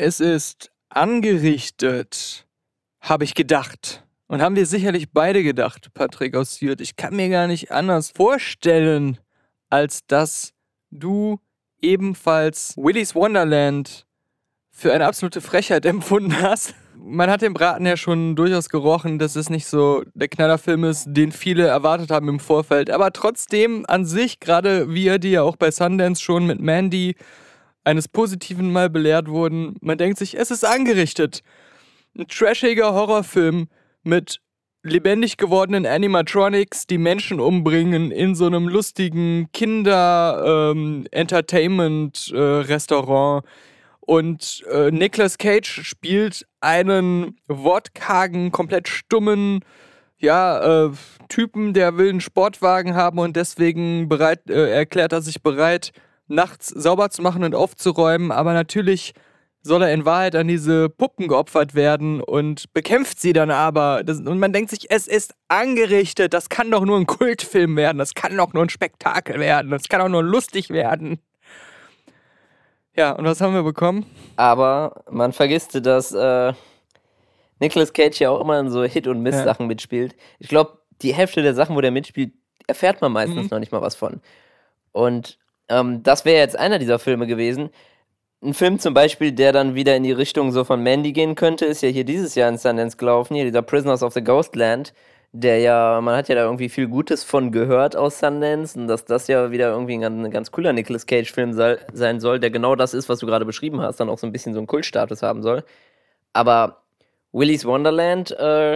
Es ist angerichtet, habe ich gedacht. Und haben wir sicherlich beide gedacht, Patrick aus Sylt. Ich kann mir gar nicht anders vorstellen, als dass du ebenfalls Willy's Wonderland für eine absolute Frechheit empfunden hast. Man hat den Braten ja schon durchaus gerochen, dass es nicht so der Knallerfilm ist, den viele erwartet haben im Vorfeld. Aber trotzdem an sich, gerade wir, die ja auch bei Sundance schon mit Mandy eines Positiven mal belehrt wurden, man denkt sich, es ist angerichtet. Ein trashiger Horrorfilm mit lebendig gewordenen Animatronics, die Menschen umbringen in so einem lustigen Kinder-Entertainment-Restaurant. Und Nicolas Cage spielt einen wortkargen, komplett stummen Typen, der will einen Sportwagen haben und deswegen erklärt er sich bereit, nachts sauber zu machen und aufzuräumen. Aber natürlich soll er in Wahrheit an diese Puppen geopfert werden und bekämpft sie dann aber. Und man denkt sich, es ist angerichtet, das kann doch nur ein Kultfilm werden, das kann doch nur ein Spektakel werden, das kann doch nur lustig werden. Ja, und was haben wir bekommen? Aber man vergisst, dass Nicolas Cage ja auch immer in so Hit- und Miss-Sachen mitspielt. Ich glaube, die Hälfte der Sachen, wo der mitspielt, erfährt man meistens noch nicht mal was von. Und das wäre jetzt einer dieser Filme gewesen. Ein Film zum Beispiel, der dann wieder in die Richtung so von Mandy gehen könnte, ist ja hier dieses Jahr in Sundance gelaufen, hier dieser Prisoners of the Ghostland, man hat ja da irgendwie viel Gutes von gehört aus Sundance und dass das ja wieder irgendwie ein ganz cooler Nicolas Cage-Film sein soll, der genau das ist, was du gerade beschrieben hast, dann auch so ein bisschen so einen Kultstatus haben soll. Aber Willy's Wonderland,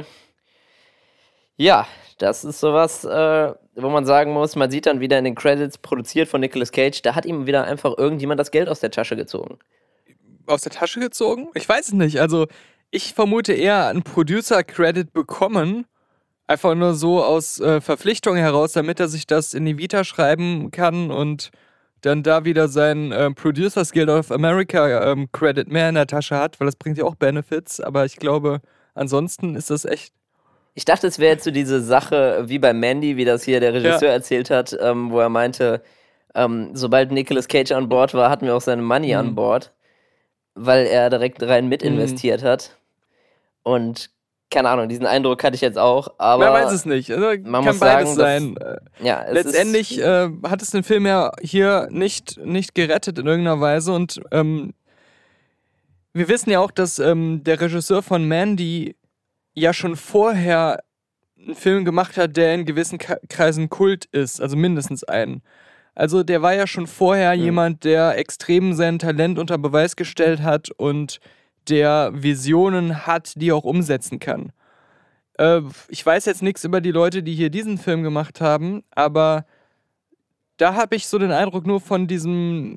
das ist sowas, wo man sagen muss, man sieht dann wieder in den Credits, produziert von Nicolas Cage, da hat ihm wieder einfach irgendjemand das Geld aus der Tasche gezogen. Aus der Tasche gezogen? Ich weiß es nicht. Also, ich vermute eher einen Producer-Credit bekommen, einfach nur so aus Verpflichtung heraus, damit er sich das in die Vita schreiben kann und dann da wieder sein Producers Guild of America Credit mehr in der Tasche hat, weil das bringt ja auch Benefits, aber ich glaube, ansonsten ist das echt... Ich dachte, es wäre jetzt so diese Sache wie bei Mandy, wie das hier der Regisseur erzählt hat, wo er meinte, sobald Nicolas Cage an Bord war, hatten wir auch seine Money an Bord, weil er direkt rein mit investiert hat. Und keine Ahnung, diesen Eindruck hatte ich jetzt auch, aber... Man weiß es nicht, also, man kann muss beides sagen, sein. Letztendlich hat es den Film ja hier nicht gerettet in irgendeiner Weise und wir wissen ja auch, dass der Regisseur von Mandy ja schon vorher einen Film gemacht hat, der in gewissen Kreisen Kult ist, also mindestens einen. Also der war ja schon vorher jemand, der extrem sein Talent unter Beweis gestellt hat und der Visionen hat, die er auch umsetzen kann. Ich weiß jetzt nichts über die Leute, die hier diesen Film gemacht haben, aber da habe ich so den Eindruck, nur von diesem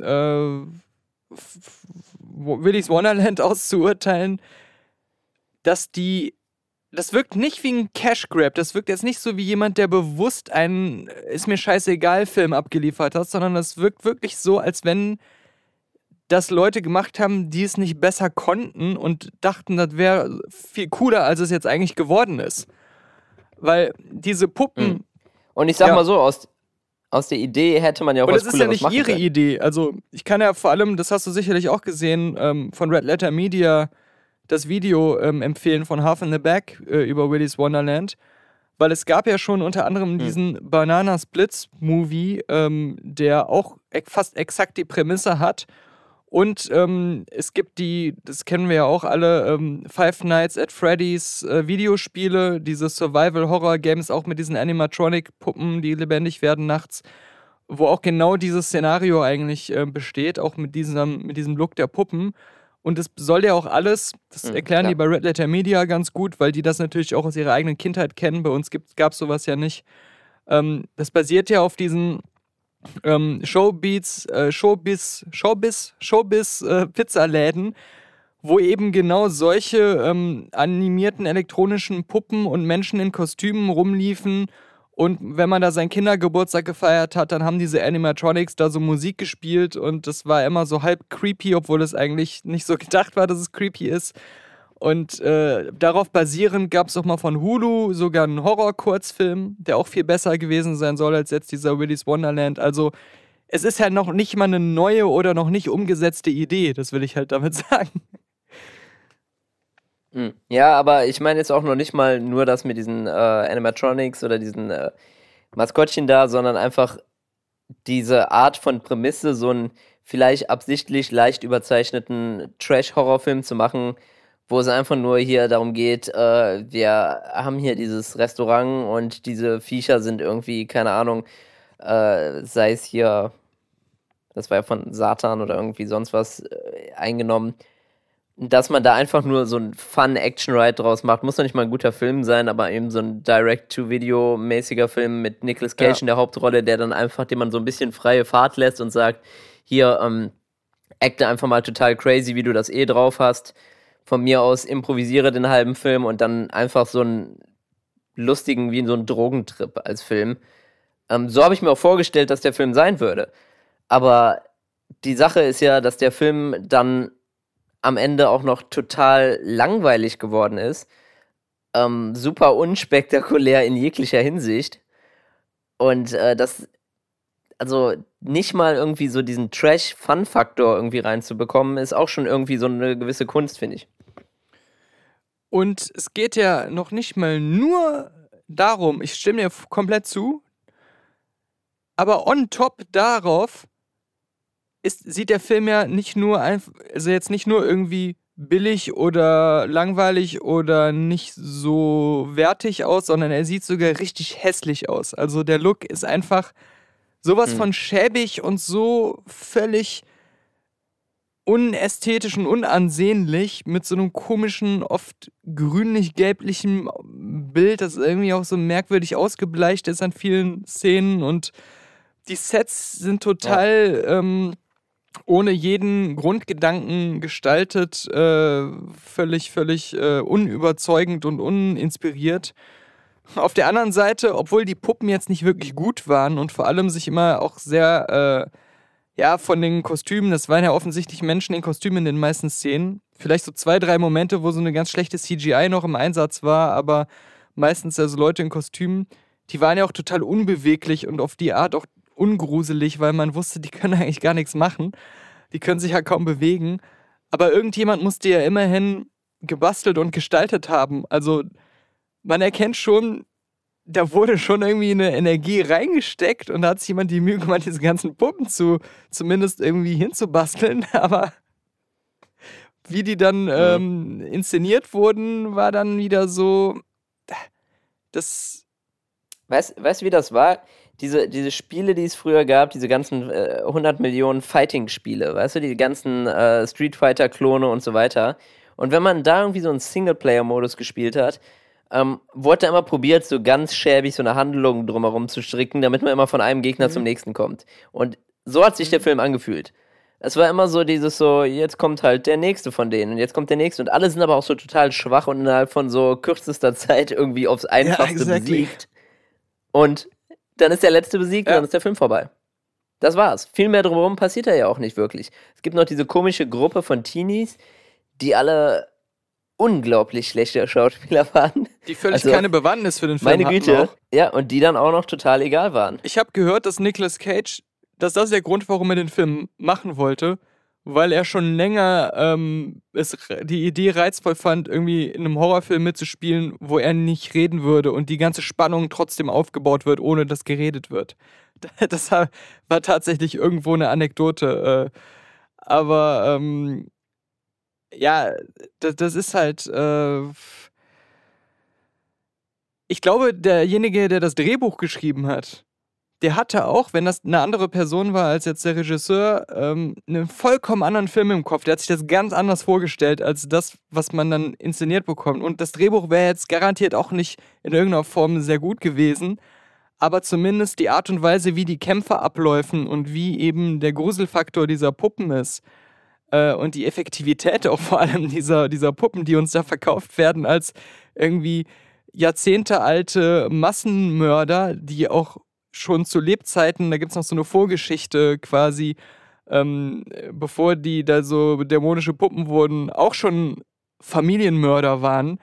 Willy's Wonderland aus zu urteilen, dass das wirkt nicht wie ein Cash Grab, das wirkt jetzt nicht so wie jemand, der bewusst einen Ist-mir-scheißegal-Film abgeliefert hat, sondern das wirkt wirklich so, als wenn das Leute gemacht haben, die es nicht besser konnten und dachten, das wäre viel cooler, als es jetzt eigentlich geworden ist. Weil diese Puppen... Und ich sag mal so, aus der Idee hätte man ja auch was Cooleres machen können. Und das ist ja nicht ihre Idee. Also ich kann ja vor allem, das hast du sicherlich auch gesehen, von Red Letter Media das Video empfehlen von Half in the Bag über Willy's Wonderland. Weil es gab ja schon unter anderem diesen Banana Splits Movie, der auch fast exakt die Prämisse hat. Und es gibt das kennen wir ja auch alle, Five Nights at Freddy's Videospiele, diese Survival-Horror-Games, auch mit diesen Animatronic-Puppen, die lebendig werden nachts, wo auch genau dieses Szenario eigentlich besteht, auch mit diesem Look der Puppen. Und es soll ja auch alles, das erklären die bei Red Letter Media ganz gut, weil die das natürlich auch aus ihrer eigenen Kindheit kennen. Bei uns gab es sowas ja nicht. Das basiert ja auf diesen Showbiz-Pizzaläden, wo eben genau solche animierten elektronischen Puppen und Menschen in Kostümen rumliefen. Und wenn man da seinen Kindergeburtstag gefeiert hat, dann haben diese Animatronics da so Musik gespielt und das war immer so halb creepy, obwohl es eigentlich nicht so gedacht war, dass es creepy ist. Und darauf basierend gab es auch mal von Hulu sogar einen Horror-Kurzfilm, der auch viel besser gewesen sein soll als jetzt dieser Willy's Wonderland. Also es ist ja noch nicht mal eine neue oder noch nicht umgesetzte Idee, das will ich halt damit sagen. Ja, aber ich meine jetzt auch noch nicht mal nur das mit diesen Animatronics oder diesen Maskottchen da, sondern einfach diese Art von Prämisse, so einen vielleicht absichtlich leicht überzeichneten Trash-Horrorfilm zu machen, wo es einfach nur hier darum geht, wir haben hier dieses Restaurant und diese Viecher sind irgendwie, keine Ahnung, sei es hier, das war ja von Satan oder irgendwie sonst was eingenommen, dass man da einfach nur so ein Fun-Action-Ride draus macht. Muss doch nicht mal ein guter Film sein, aber eben so ein Direct-to-Video-mäßiger Film mit Nicolas Cage in der Hauptrolle, der dann einfach, dem man so ein bisschen freie Fahrt lässt und sagt, hier, acte einfach mal total crazy, wie du das drauf hast. Von mir aus improvisiere den halben Film und dann einfach so einen lustigen, wie so einen Drogentrip als Film. So habe ich mir auch vorgestellt, dass der Film sein würde. Aber die Sache ist ja, dass der Film dann am Ende auch noch total langweilig geworden ist. Super unspektakulär in jeglicher Hinsicht. Und das, also nicht mal irgendwie so diesen Trash-Fun-Faktor irgendwie reinzubekommen, ist auch schon irgendwie so eine gewisse Kunst, finde ich. Und es geht ja noch nicht mal nur darum, ich stimme dir komplett zu, aber on top darauf sieht der Film ja nicht nur also jetzt nicht nur irgendwie billig oder langweilig oder nicht so wertig aus, sondern er sieht sogar richtig hässlich aus. Also der Look ist einfach sowas von schäbig und so völlig unästhetisch und unansehnlich mit so einem komischen, oft grünlich-gelblichen Bild, das irgendwie auch so merkwürdig ausgebleicht ist an vielen Szenen und die Sets sind total ohne jeden Grundgedanken gestaltet, völlig unüberzeugend und uninspiriert. Auf der anderen Seite, obwohl die Puppen jetzt nicht wirklich gut waren und vor allem sich immer auch sehr, von den Kostümen, das waren ja offensichtlich Menschen in Kostümen in den meisten Szenen. Vielleicht so 2, 3 Momente, wo so eine ganz schlechte CGI noch im Einsatz war, aber meistens also Leute in Kostümen, die waren ja auch total unbeweglich und auf die Art auch ungruselig, weil man wusste, die können eigentlich gar nichts machen. Die können sich ja kaum bewegen. Aber irgendjemand musste ja immerhin gebastelt und gestaltet haben. Also man erkennt schon, da wurde schon irgendwie eine Energie reingesteckt und da hat sich jemand die Mühe gemacht, diese ganzen Puppen zumindest irgendwie hinzubasteln. Aber wie die dann inszeniert wurden, war dann wieder so, das... Weißt du, wie das war? Diese Spiele, die es früher gab, diese ganzen 100 Millionen Fighting-Spiele, weißt du, die ganzen Street Fighter-Klone und so weiter. Und wenn man da irgendwie so einen Singleplayer-Modus gespielt hat, wurde da immer probiert, so ganz schäbig so eine Handlung drumherum zu stricken, damit man immer von einem Gegner zum nächsten kommt. Und so hat sich der Film angefühlt. Es war immer so dieses so, jetzt kommt halt der nächste von denen und jetzt kommt der nächste. Und alle sind aber auch so total schwach und innerhalb von so kürzester Zeit irgendwie aufs Einfachste besiegt. Und dann ist der letzte besiegt und dann ist der Film vorbei. Das war's. Viel mehr drumherum passiert da ja auch nicht wirklich. Es gibt noch diese komische Gruppe von Teenies, die alle unglaublich schlechte Schauspieler waren. Die völlig keine Bewandtnis für den Film hatten. Meine Güte. Auch. Ja, und die dann auch noch total egal waren. Ich habe gehört, dass Nicolas Cage, dass das der Grund, warum er den Film machen wollte, weil er schon länger die Idee reizvoll fand, irgendwie in einem Horrorfilm mitzuspielen, wo er nicht reden würde und die ganze Spannung trotzdem aufgebaut wird, ohne dass geredet wird. Das war tatsächlich irgendwo eine Anekdote. Aber das ist halt... ich glaube, derjenige, der das Drehbuch geschrieben hat, der hatte auch, wenn das eine andere Person war als jetzt der Regisseur, einen vollkommen anderen Film im Kopf. Der hat sich das ganz anders vorgestellt, als das, was man dann inszeniert bekommt. Und das Drehbuch wäre jetzt garantiert auch nicht in irgendeiner Form sehr gut gewesen. Aber zumindest die Art und Weise, wie die Kämpfe abläufen und wie eben der Gruselfaktor dieser Puppen ist. Und die Effektivität auch vor allem dieser Puppen, die uns da verkauft werden als irgendwie jahrzehntealte Massenmörder, die auch schon zu Lebzeiten, da gibt es noch so eine Vorgeschichte quasi, bevor die da so dämonische Puppen wurden, auch schon Familienmörder waren.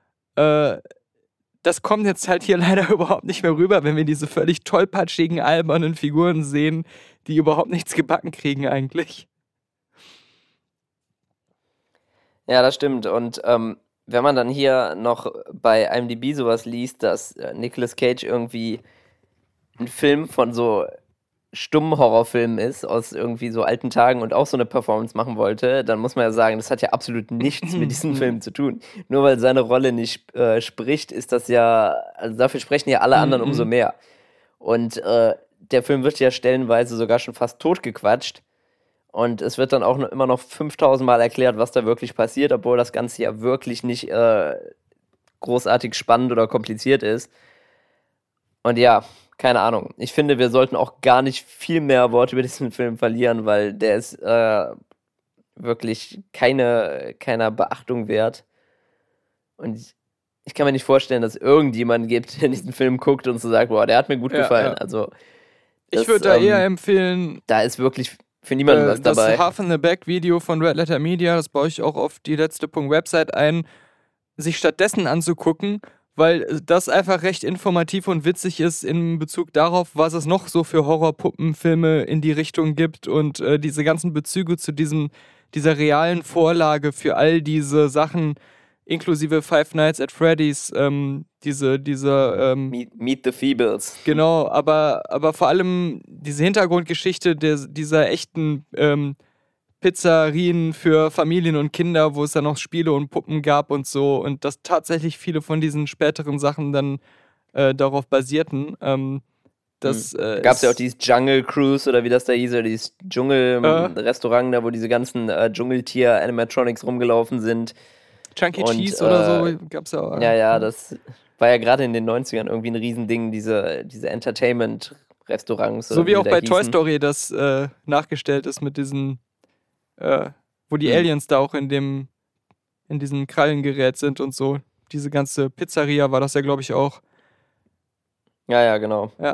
Das kommt jetzt halt hier leider überhaupt nicht mehr rüber, wenn wir diese völlig tollpatschigen, albernen Figuren sehen, die überhaupt nichts gebacken kriegen eigentlich. Ja, das stimmt. Und wenn man dann hier noch bei IMDb sowas liest, dass Nicolas Cage irgendwie ein Film von so stummen Horrorfilmen ist, aus irgendwie so alten Tagen und auch so eine Performance machen wollte, dann muss man ja sagen, das hat ja absolut nichts mit diesem Film zu tun. Nur weil seine Rolle nicht spricht, ist das ja, also dafür sprechen ja alle anderen umso mehr. Und der Film wird ja stellenweise sogar schon fast totgequatscht. Und es wird dann auch immer noch 5000 Mal erklärt, was da wirklich passiert, obwohl das Ganze ja wirklich nicht großartig spannend oder kompliziert ist. Und ja, keine Ahnung. Ich finde, wir sollten auch gar nicht viel mehr Worte über diesen Film verlieren, weil der ist wirklich keiner Beachtung wert. Und ich kann mir nicht vorstellen, dass es irgendjemanden gibt, der diesen Film guckt und so sagt, boah, der hat mir gut gefallen. Ja. Also ich würde da eher empfehlen, da ist wirklich für niemanden was dabei. Das Half in the Back Video von Red Letter Media, das baue ich auch auf die letzte Website ein, sich stattdessen anzugucken, weil das einfach recht informativ und witzig ist in Bezug darauf, was es noch so für Horrorpuppenfilme in die Richtung gibt und diese ganzen Bezüge zu dieser realen Vorlage für all diese Sachen, inklusive Five Nights at Freddy's, Meet the Feebles. Genau, aber vor allem diese Hintergrundgeschichte dieser echten Pizzerien für Familien und Kinder, wo es dann noch Spiele und Puppen gab und so, und dass tatsächlich viele von diesen späteren Sachen dann darauf basierten. Gab es ja auch dieses Jungle Cruise oder wie das da hieß, oder dieses Dschungel-Restaurant da, wo diese ganzen Dschungeltier-Animatronics rumgelaufen sind. Chunky Cheese oder so gab's ja auch. Ja, das war ja gerade in den 90ern irgendwie ein Riesending, diese Entertainment-Restaurants. So wie auch bei Toy Story das nachgestellt ist mit diesen, wo die Aliens da auch in diesem Krallengerät sind und so. Diese ganze Pizzeria war das ja, glaube ich, auch. Ja, genau. Ja.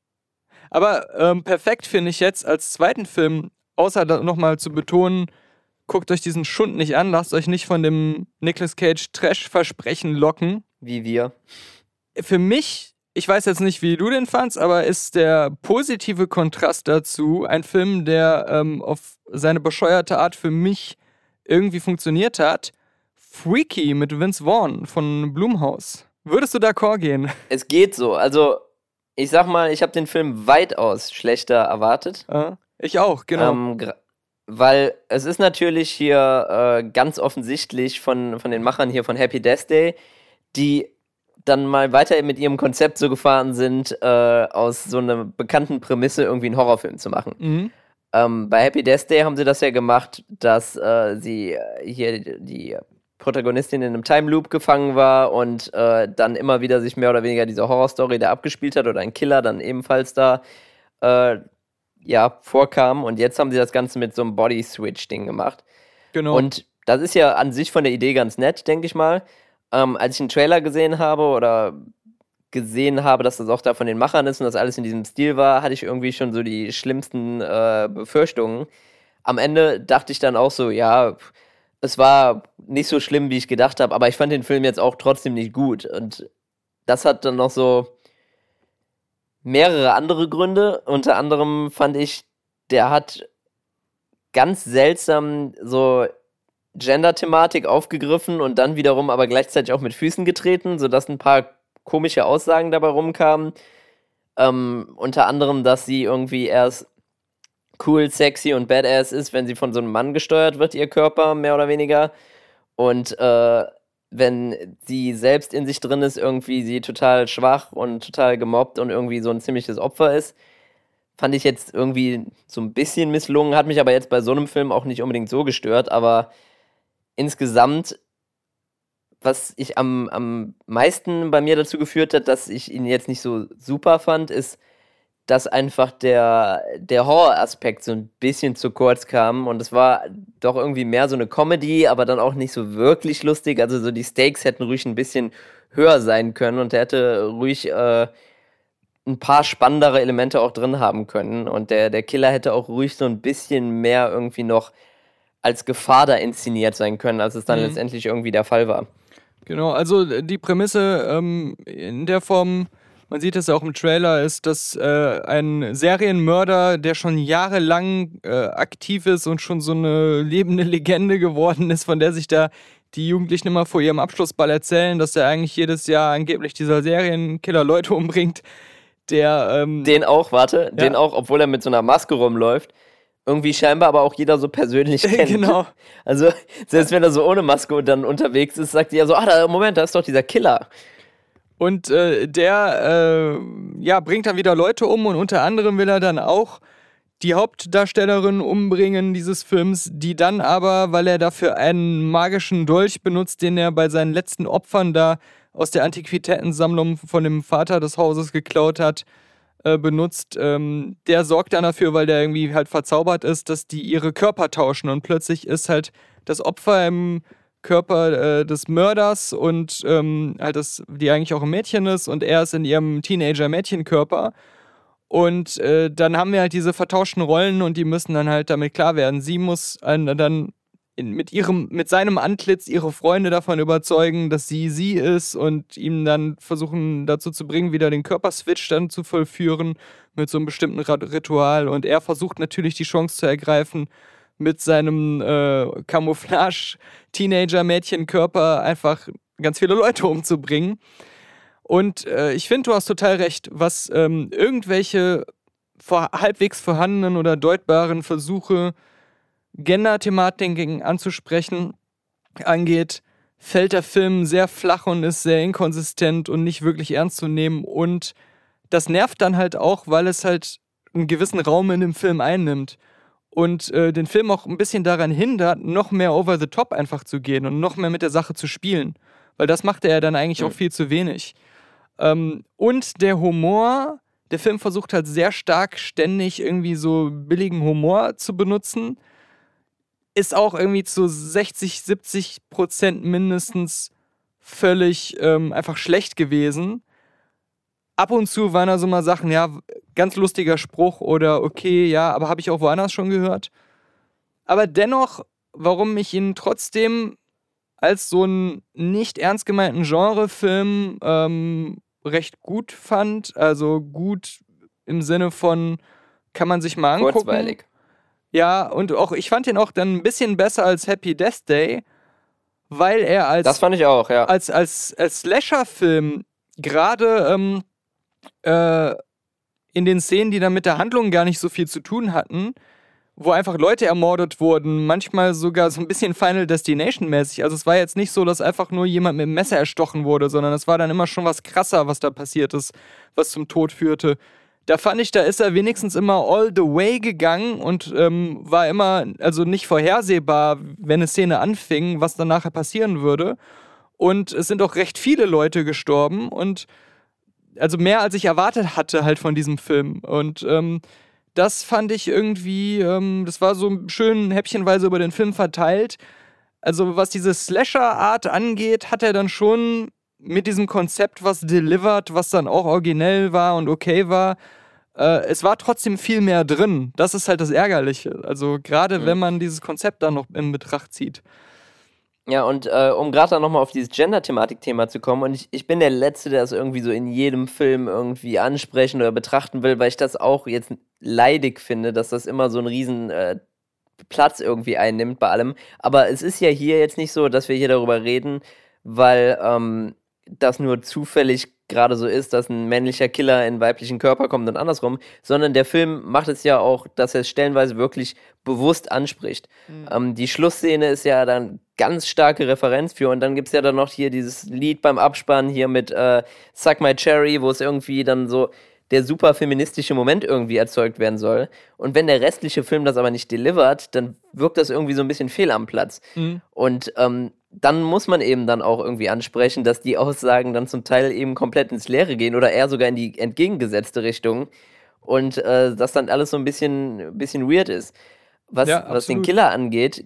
Aber perfekt finde ich jetzt als zweiten Film, außer nochmal zu betonen, guckt euch diesen Schund nicht an, lasst euch nicht von dem Nicolas Cage Trash-Versprechen locken. Wie wir. Für mich, ich weiß jetzt nicht, wie du den fandst, aber ist der positive Kontrast dazu ein Film, der auf seine bescheuerte Art für mich irgendwie funktioniert hat. Freaky mit Vince Vaughn von Blumhouse. Würdest du d'accord gehen? Es geht so. Also, ich sag mal, ich habe den Film weitaus schlechter erwartet. Ich auch, genau. Weil es ist natürlich hier ganz offensichtlich von den Machern hier von Happy Death Day, die dann mal weiter mit ihrem Konzept so gefahren sind, aus so einer bekannten Prämisse irgendwie einen Horrorfilm zu machen. Bei Happy Death Day haben sie das ja gemacht, dass sie hier die Protagonistin in einem Time Loop gefangen war und dann immer wieder sich mehr oder weniger diese Horrorstory da abgespielt hat oder ein Killer dann ebenfalls da vorkam, und jetzt haben sie das Ganze mit so einem Body-Switch-Ding gemacht. Genau. Und das ist ja an sich von der Idee ganz nett, denke ich mal. Als ich einen Trailer gesehen habe, dass das auch da von den Machern ist und das alles in diesem Stil war, hatte ich irgendwie schon so die schlimmsten Befürchtungen. Am Ende dachte ich dann auch so, ja, es war nicht so schlimm, wie ich gedacht habe, aber ich fand den Film jetzt auch trotzdem nicht gut. Und das hat dann noch so mehrere andere Gründe. Unter anderem fand ich, der hat ganz seltsam so Gender-Thematik aufgegriffen und dann wiederum aber gleichzeitig auch mit Füßen getreten, sodass ein paar komische Aussagen dabei rumkamen. Unter anderem, dass sie irgendwie erst cool, sexy und badass ist, wenn sie von so einem Mann gesteuert wird, ihr Körper, mehr oder weniger. Und wenn sie selbst in sich drin ist, irgendwie sie total schwach und total gemobbt und irgendwie so ein ziemliches Opfer ist. Fand ich jetzt irgendwie so ein bisschen misslungen, hat mich aber jetzt bei so einem Film auch nicht unbedingt so gestört, aber insgesamt, was ich am meisten bei mir dazu geführt hat, dass ich ihn jetzt nicht so super fand, ist, dass einfach der Horroraspekt so ein bisschen zu kurz kam, und es war doch irgendwie mehr so eine Comedy, aber dann auch nicht so wirklich lustig. Also so die Stakes hätten ruhig ein bisschen höher sein können und der hätte ruhig ein paar spannendere Elemente auch drin haben können, und der Killer hätte auch ruhig so ein bisschen mehr irgendwie noch als Gefahr da inszeniert sein können, als es dann letztendlich irgendwie der Fall war. Genau, also die Prämisse in der Form, man sieht es auch im Trailer, ist, dass ein Serienmörder, der schon jahrelang aktiv ist und schon so eine lebende Legende geworden ist, von der sich da die Jugendlichen immer vor ihrem Abschlussball erzählen, dass er eigentlich jedes Jahr angeblich dieser Serienkiller Leute umbringt, der... den auch, obwohl er mit so einer Maske rumläuft, irgendwie scheinbar aber auch jeder so persönlich kennt. Genau. Also, selbst wenn er so ohne Maske und dann unterwegs ist, sagt er so, Moment, da ist doch dieser Killer. Und der bringt dann wieder Leute um und unter anderem will er dann auch die Hauptdarstellerin umbringen dieses Films, die dann aber, weil er dafür einen magischen Dolch benutzt, den er bei seinen letzten Opfern da aus der Antiquitätensammlung von dem Vater des Hauses geklaut hat, benutzt, der sorgt dann dafür, weil der irgendwie halt verzaubert ist, dass die ihre Körper tauschen und plötzlich ist halt das Opfer im Körper des Mörders und halt die eigentlich auch ein Mädchen ist und er ist in ihrem Teenager-Mädchenkörper. Und dann haben wir halt diese vertauschten Rollen und die müssen dann halt damit klar werden. Sie muss dann mit seinem Antlitz ihre Freunde davon überzeugen, dass sie ist und ihm dann versuchen dazu zu bringen, wieder den Körperswitch dann zu vollführen mit so einem bestimmten Ritual. Und er versucht natürlich die Chance zu ergreifen, mit seinem Camouflage-Teenager-Mädchenkörper einfach ganz viele Leute umzubringen. Und ich finde, du hast total recht, was irgendwelche halbwegs vorhandenen oder deutbaren Versuche, Gender-Thematiken anzusprechen, angeht, fällt der Film sehr flach und ist sehr inkonsistent und nicht wirklich ernst zu nehmen. Und das nervt dann halt auch, weil es halt einen gewissen Raum in dem Film einnimmt. Und den Film auch ein bisschen daran hindert, noch mehr over the top einfach zu gehen und noch mehr mit der Sache zu spielen. Weil das macht er ja dann eigentlich auch viel zu wenig. Und der Humor, der Film versucht halt sehr stark ständig irgendwie so billigen Humor zu benutzen, ist auch irgendwie zu 60-70% mindestens völlig einfach schlecht gewesen. Ab und zu waren da so mal Sachen, ja, ganz lustiger Spruch oder okay, ja, aber habe ich auch woanders schon gehört. Aber dennoch, warum ich ihn trotzdem als so einen nicht ernst gemeinten Genrefilm recht gut fand, also gut im Sinne von, kann man sich mal angucken. Kurzweilig. Ja, und auch ich fand ihn auch dann ein bisschen besser als Happy Death Day, weil er das fand ich auch, ja. als Slasher-Film gerade in den Szenen, die dann mit der Handlung gar nicht so viel zu tun hatten, wo einfach Leute ermordet wurden, manchmal sogar so ein bisschen Final Destination-mäßig. Also es war jetzt nicht so, dass einfach nur jemand mit dem Messer erstochen wurde, sondern es war dann immer schon was krasser, was da passiert ist, was zum Tod führte. Da fand ich, da ist er wenigstens immer all the way gegangen und war immer, also nicht vorhersehbar, wenn eine Szene anfing, was dann nachher passieren würde. Und es sind auch recht viele Leute gestorben und also mehr als ich erwartet hatte halt von diesem Film. Und das fand ich irgendwie, das war so schön häppchenweise über den Film verteilt. Also was diese Slasher-Art angeht, hat er dann schon mit diesem Konzept was delivered, was dann auch originell war und okay war. Es war trotzdem viel mehr drin. Das ist halt das Ärgerliche. Also gerade wenn man dieses Konzept dann noch in Betracht zieht. Ja, und um gerade dann nochmal auf dieses Gender-Thematik-Thema zu kommen, und ich bin der Letzte, der das irgendwie so in jedem Film irgendwie ansprechen oder betrachten will, weil ich das auch jetzt leidig finde, dass das immer so einen riesen Platz irgendwie einnimmt bei allem. Aber es ist ja hier jetzt nicht so, dass wir hier darüber reden, weil das nur zufällig gerade so ist, dass ein männlicher Killer in weiblichen Körper kommt und andersrum, sondern der Film macht es ja auch, dass er es stellenweise wirklich bewusst anspricht. Die Schlussszene ist ja dann ganz starke Referenz für und dann gibt es ja dann noch hier dieses Lied beim Abspann hier mit Suck My Cherry, wo es irgendwie dann so der super feministische Moment irgendwie erzeugt werden soll. Und wenn der restliche Film das aber nicht delivert, dann wirkt das irgendwie so ein bisschen fehl am Platz. Und dann muss man eben dann auch irgendwie ansprechen, dass die Aussagen dann zum Teil eben komplett ins Leere gehen oder eher sogar in die entgegengesetzte Richtung und das dann alles so ein bisschen weird ist. Was den Killer angeht,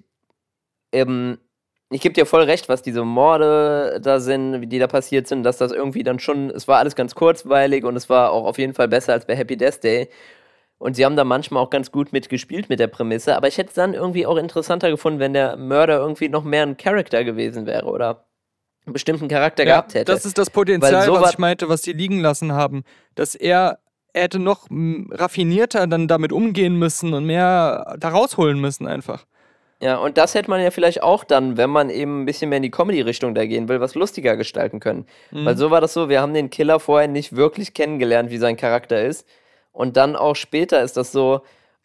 ich gebe dir voll recht, was diese Morde da sind, die da passiert sind, dass das irgendwie dann schon, es war alles ganz kurzweilig und es war auch auf jeden Fall besser als bei Happy Death Day. Und sie haben da manchmal auch ganz gut mitgespielt mit der Prämisse, aber ich hätte es dann irgendwie auch interessanter gefunden, wenn der Mörder irgendwie noch mehr ein Charakter gewesen wäre oder einen bestimmten Charakter gehabt hätte. Das ist das Potenzial, was ich meinte, was die liegen lassen haben. Dass er hätte noch raffinierter dann damit umgehen müssen und mehr da rausholen müssen einfach. Ja, und das hätte man ja vielleicht auch dann, wenn man eben ein bisschen mehr in die Comedy-Richtung da gehen will, was lustiger gestalten können. Weil so war das so, wir haben den Killer vorher nicht wirklich kennengelernt, wie sein Charakter ist. Und dann auch später ist das so,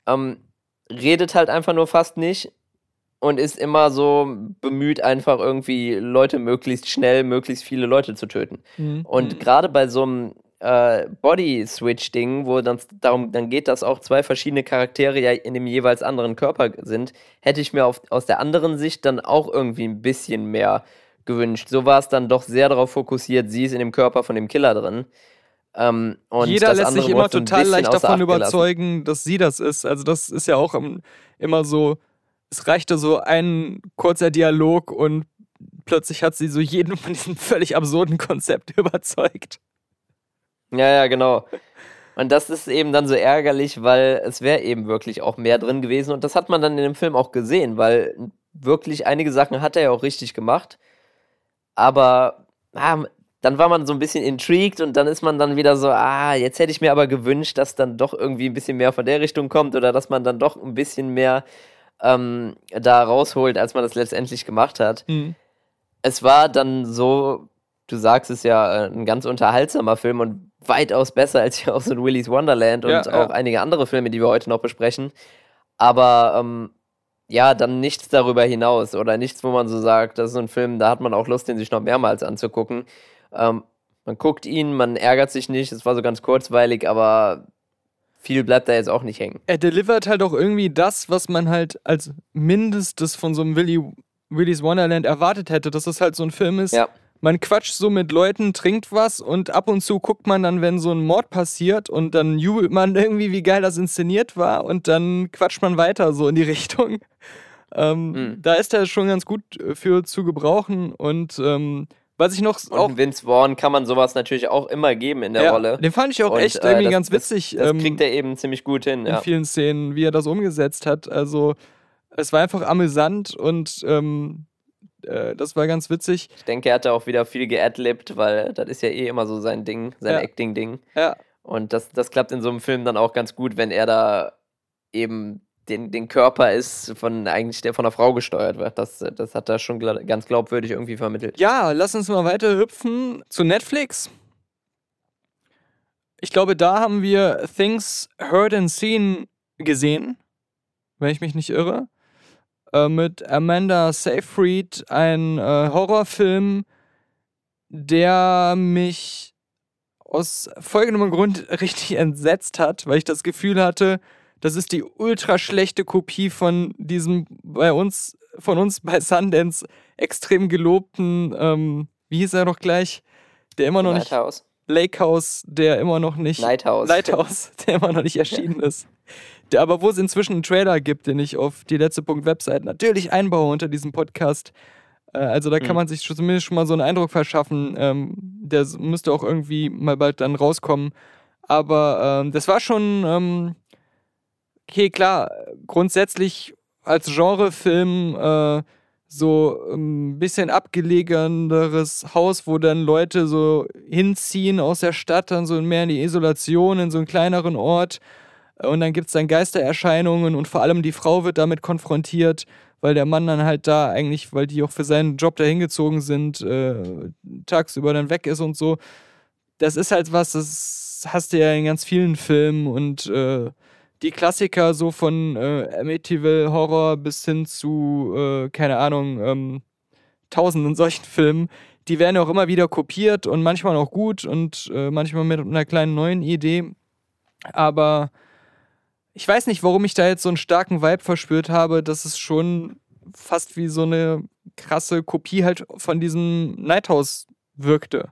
redet halt einfach nur fast nicht und ist immer so bemüht, einfach irgendwie Leute möglichst schnell, möglichst viele Leute zu töten. Und gerade bei so einem Body-Switch-Ding, wo dann geht, dass auch zwei verschiedene Charaktere ja in dem jeweils anderen Körper sind, hätte ich mir aus der anderen Sicht dann auch irgendwie ein bisschen mehr gewünscht. So war es dann doch sehr darauf fokussiert, sie ist in dem Körper von dem Killer drin. Und jeder lässt sich immer so total leicht davon überzeugen, dass sie das ist. Also das ist ja auch immer so, es reichte so ein kurzer Dialog und plötzlich hat sie so jeden von diesem völlig absurden Konzept überzeugt. Ja, genau. Und das ist eben dann so ärgerlich, weil es wäre eben wirklich auch mehr drin gewesen. Und das hat man dann in dem Film auch gesehen, weil wirklich einige Sachen hat er ja auch richtig gemacht. Aber dann war man so ein bisschen intrigued und dann ist man dann wieder so, jetzt hätte ich mir aber gewünscht, dass dann doch irgendwie ein bisschen mehr von der Richtung kommt oder dass man dann doch ein bisschen mehr da rausholt, als man das letztendlich gemacht hat. Es war dann so, du sagst es ja, ein ganz unterhaltsamer Film und weitaus besser als ja auch so ein Willy's Wonderland und auch einige andere Filme, die wir heute noch besprechen. Aber dann nichts darüber hinaus oder nichts, wo man so sagt, das ist so ein Film, da hat man auch Lust, den sich noch mehrmals anzugucken. Man guckt ihn, man ärgert sich nicht, es war so ganz kurzweilig, aber viel bleibt da jetzt auch nicht hängen. Er delivert halt auch irgendwie das, was man halt als Mindestes von so einem Willy's Wonderland erwartet hätte, dass das halt so ein Film ist. Ja. Man quatscht so mit Leuten, trinkt was und ab und zu guckt man dann, wenn so ein Mord passiert und dann jubelt man irgendwie, wie geil das inszeniert war und dann quatscht man weiter so in die Richtung. Da ist er schon ganz gut für zu gebrauchen und was ich noch auch Vince Vaughn kann man sowas natürlich auch immer geben in der Rolle. Den fand ich auch echt irgendwie ganz witzig. Das kriegt er eben ziemlich gut hin. In vielen Szenen, wie er das umgesetzt hat. Also es war einfach amüsant und das war ganz witzig. Ich denke, er hat da auch wieder viel geadlibt, weil das ist ja eh immer so sein Ding, sein Acting-Ding. Ja. Und das klappt in so einem Film dann auch ganz gut, wenn er da eben den Körper ist, der von einer Frau gesteuert wird. Das hat er schon ganz glaubwürdig irgendwie vermittelt. Ja, lass uns mal weiter hüpfen zu Netflix. Ich glaube, da haben wir Things Heard and Seen gesehen, wenn ich mich nicht irre. Mit Amanda Seyfried, ein Horrorfilm, der mich aus folgendem Grund richtig entsetzt hat, weil ich das Gefühl hatte, das ist die ultra schlechte Kopie von diesem von uns bei Sundance extrem gelobten, wie hieß er noch gleich, der immer noch Lighthouse. Lake House, der immer noch nicht Lighthouse, der immer noch nicht erschienen ist. Aber wo es inzwischen einen Trailer gibt, den ich auf die letzte.website natürlich einbaue unter diesem Podcast. Also da kann man sich zumindest schon mal so einen Eindruck verschaffen. Der müsste auch irgendwie mal bald dann rauskommen. Aber das war schon, okay, klar, grundsätzlich als Genrefilm so ein bisschen abgelegeneres Haus, wo dann Leute so hinziehen aus der Stadt, dann so mehr in die Isolation, in so einen kleineren Ort. Und dann gibt es dann Geistererscheinungen und vor allem die Frau wird damit konfrontiert, weil der Mann dann halt da eigentlich, weil die auch für seinen Job dahin gezogen sind, tagsüber dann weg ist und so. Das ist halt was, das hast du ja in ganz vielen Filmen und die Klassiker so von Amityville Horror bis hin zu, keine Ahnung, tausenden solchen Filmen, die werden auch immer wieder kopiert und manchmal auch gut und manchmal mit einer kleinen neuen Idee. Aber ich weiß nicht, warum ich da jetzt so einen starken Vibe verspürt habe, dass es schon fast wie so eine krasse Kopie halt von diesem Nighthouse wirkte.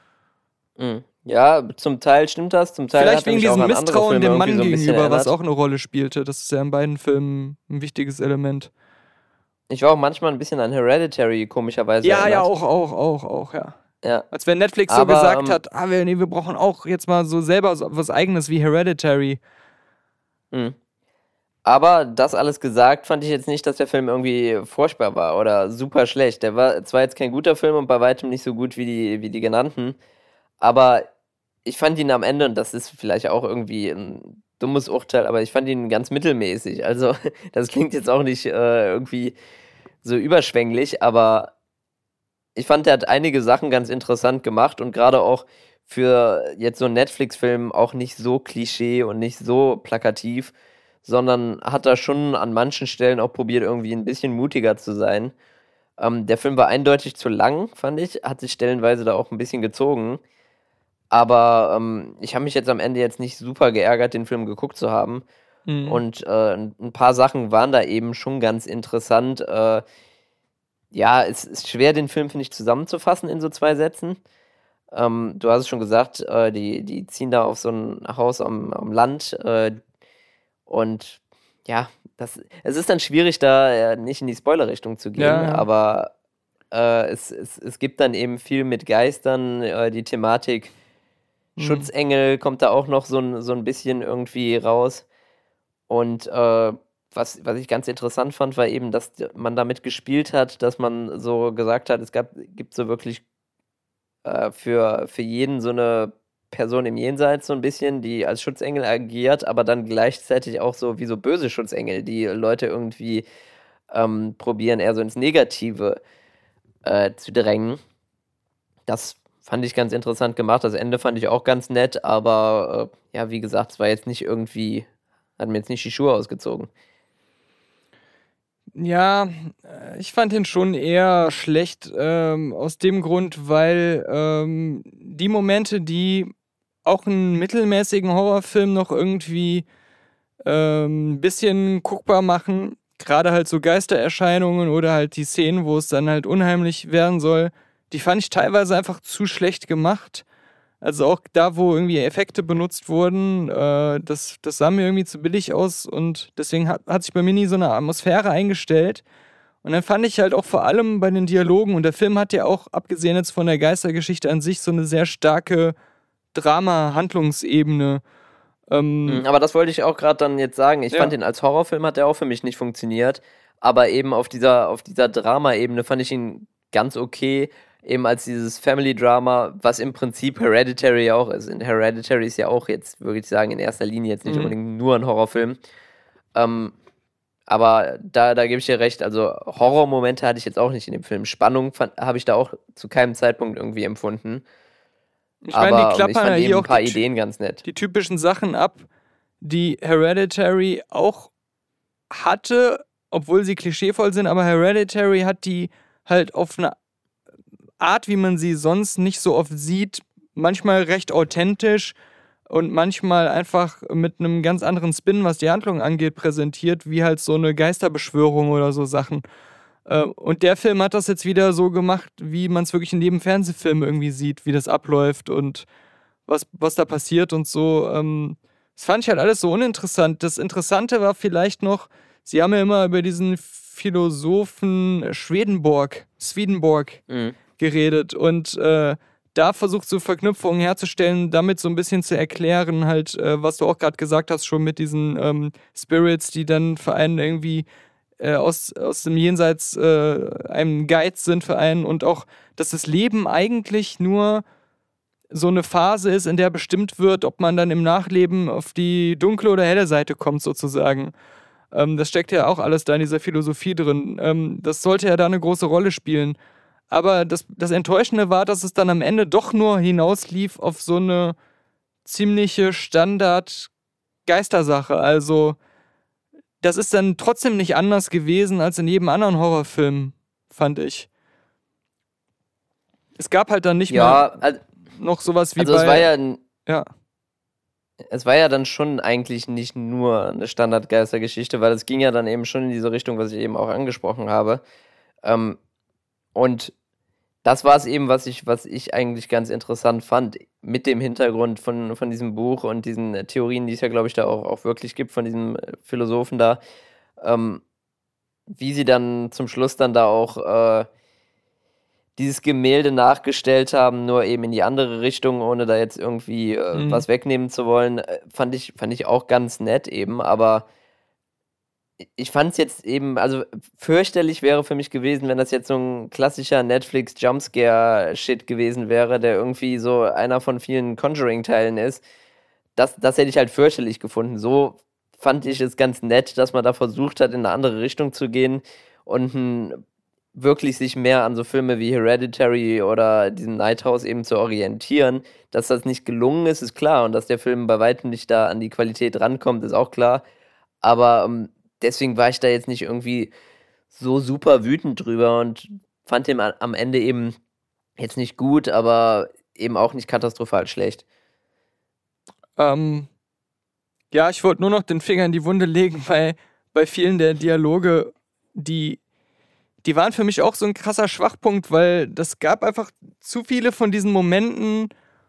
Ja, zum Teil stimmt das, zum Teil vielleicht wegen diesem Misstrauen dem Mann so gegenüber, was auch eine Rolle spielte. Das ist ja in beiden Filmen ein wichtiges Element. Ich war auch manchmal ein bisschen an Hereditary komischerweise erinnert. Ja, auch, ja. Ja. Als wenn Netflix so gesagt hat, wir brauchen auch jetzt mal so selber was Eigenes wie Hereditary. Aber das alles gesagt, fand ich jetzt nicht, dass der Film irgendwie furchtbar war oder super schlecht. Der war zwar jetzt kein guter Film und bei weitem nicht so gut wie die genannten, aber ich fand ihn am Ende, und das ist vielleicht auch irgendwie ein dummes Urteil, aber ich fand ihn ganz mittelmäßig. Also, das klingt jetzt auch nicht irgendwie so überschwänglich, aber ich fand, er hat einige Sachen ganz interessant gemacht und gerade auch für jetzt so einen Netflix-Film auch nicht so Klischee und nicht so plakativ, sondern hat da schon an manchen Stellen auch probiert, irgendwie ein bisschen mutiger zu sein. Der Film war eindeutig zu lang, fand ich, hat sich stellenweise da auch ein bisschen gezogen. Aber ich habe mich jetzt am Ende jetzt nicht super geärgert, den Film geguckt zu haben. Und ein paar Sachen waren da eben schon ganz interessant. Ja, es ist schwer, den Film, finde ich, zusammenzufassen in so 2 Sätzen. Du hast es schon gesagt, die ziehen da auf so ein Haus am Land. Und ja, es ist dann schwierig, da nicht in die Spoiler-Richtung zu gehen. Ja. Aber es gibt dann eben viel mit Geistern, die Thematik Schutzengel kommt da auch noch so ein bisschen irgendwie raus. Und was ich ganz interessant fand, war eben, dass man damit gespielt hat, dass man so gesagt hat, gibt so wirklich für jeden so eine Person im Jenseits so ein bisschen, die als Schutzengel agiert, aber dann gleichzeitig auch so wie so böse Schutzengel, die Leute irgendwie probieren, eher so ins Negative zu drängen. Das fand ich ganz interessant gemacht. Das Ende fand ich auch ganz nett, aber ja, wie gesagt, es war jetzt nicht irgendwie, hat mir jetzt nicht die Schuhe ausgezogen. Ja, ich fand ihn schon eher schlecht, aus dem Grund, weil die Momente, die auch einen mittelmäßigen Horrorfilm noch irgendwie ein bisschen guckbar machen, gerade halt so Geistererscheinungen oder halt die Szenen, wo es dann halt unheimlich werden soll, die fand ich teilweise einfach zu schlecht gemacht. Also auch da, wo irgendwie Effekte benutzt wurden, das sah mir irgendwie zu billig aus und deswegen hat sich bei mir nie so eine Atmosphäre eingestellt. Und dann fand ich halt auch vor allem bei den Dialogen, und der Film hat ja auch, abgesehen jetzt von der Geistergeschichte an sich, so eine sehr starke Drama-Handlungsebene. Aber das wollte ich auch gerade dann jetzt sagen. Ich Ja. fand ihn als Horrorfilm hat er auch für mich nicht funktioniert, aber eben auf dieser Drama-Ebene fand ich ihn ganz okay, eben als dieses Family-Drama, was im Prinzip Hereditary auch ist. In Hereditary ist ja auch jetzt, würde ich sagen, in erster Linie jetzt nicht unbedingt nur ein Horrorfilm. Aber da gebe ich dir recht, also Horrormomente hatte ich jetzt auch nicht in dem Film. Spannung habe ich da auch zu keinem Zeitpunkt irgendwie empfunden. Ich meine, die Aber ich klappern ja fand eben hier ein auch paar Ideen ganz nett. die typischen Sachen ab, die Hereditary auch hatte, obwohl sie klischeevoll sind, aber Hereditary hat die halt auf eine Art, wie man sie sonst nicht so oft sieht, manchmal recht authentisch und manchmal einfach mit einem ganz anderen Spin, was die Handlung angeht, präsentiert, wie halt so eine Geisterbeschwörung oder so Sachen. Und der Film hat das jetzt wieder so gemacht, wie man es wirklich in jedem Fernsehfilm irgendwie sieht, wie das abläuft und was da passiert und so. Das fand ich halt alles so uninteressant. Das Interessante war vielleicht noch, sie haben ja immer über diesen Philosophen Swedenborg geredet und da versucht so Verknüpfungen herzustellen, damit so ein bisschen zu erklären, halt, was du auch gerade gesagt hast, schon mit diesen Spirits, die dann für einen irgendwie aus dem Jenseits einem Guide sind für einen und auch, dass das Leben eigentlich nur so eine Phase ist, in der bestimmt wird, ob man dann im Nachleben auf die dunkle oder helle Seite kommt, sozusagen. Das steckt ja auch alles da in dieser Philosophie drin. Das sollte ja da eine große Rolle spielen. Aber das Enttäuschende war, dass es dann am Ende doch nur hinauslief auf so eine ziemliche Standard-Geistersache. Also, das ist dann trotzdem nicht anders gewesen als in jedem anderen Horrorfilm, fand ich. Es gab halt dann nicht mehr noch sowas wie also es war ja dann schon eigentlich nicht nur eine Standard-Geistergeschichte, weil es ging ja dann eben schon in diese Richtung, was ich eben auch angesprochen habe. Und das war es eben, was ich eigentlich ganz interessant fand, mit dem Hintergrund von diesem Buch und diesen Theorien, die es ja, glaube ich, da auch wirklich gibt, von diesem Philosophen da, wie sie dann zum Schluss dann da auch dieses Gemälde nachgestellt haben, nur eben in die andere Richtung, ohne da jetzt irgendwie was wegnehmen zu wollen, fand ich auch ganz nett eben, aber Ich fand es jetzt eben, also fürchterlich wäre für mich gewesen, wenn das jetzt so ein klassischer Netflix-Jumpscare-Shit gewesen wäre, der irgendwie so einer von vielen Conjuring-Teilen ist. Das hätte ich halt fürchterlich gefunden. So fand ich es ganz nett, dass man da versucht hat, in eine andere Richtung zu gehen und wirklich sich mehr an so Filme wie Hereditary oder diesen Night House eben zu orientieren. Dass das nicht gelungen ist, ist klar. Und dass der Film bei weitem nicht da an die Qualität rankommt, ist auch klar. Aber deswegen war ich da jetzt nicht irgendwie so super wütend drüber und fand den am Ende eben jetzt nicht gut, aber eben auch nicht katastrophal schlecht. Ja, ich wollte nur noch den Finger in die Wunde legen, weil bei vielen der Dialoge, die waren für mich auch so ein krasser Schwachpunkt, weil das gab einfach zu viele von diesen Momenten,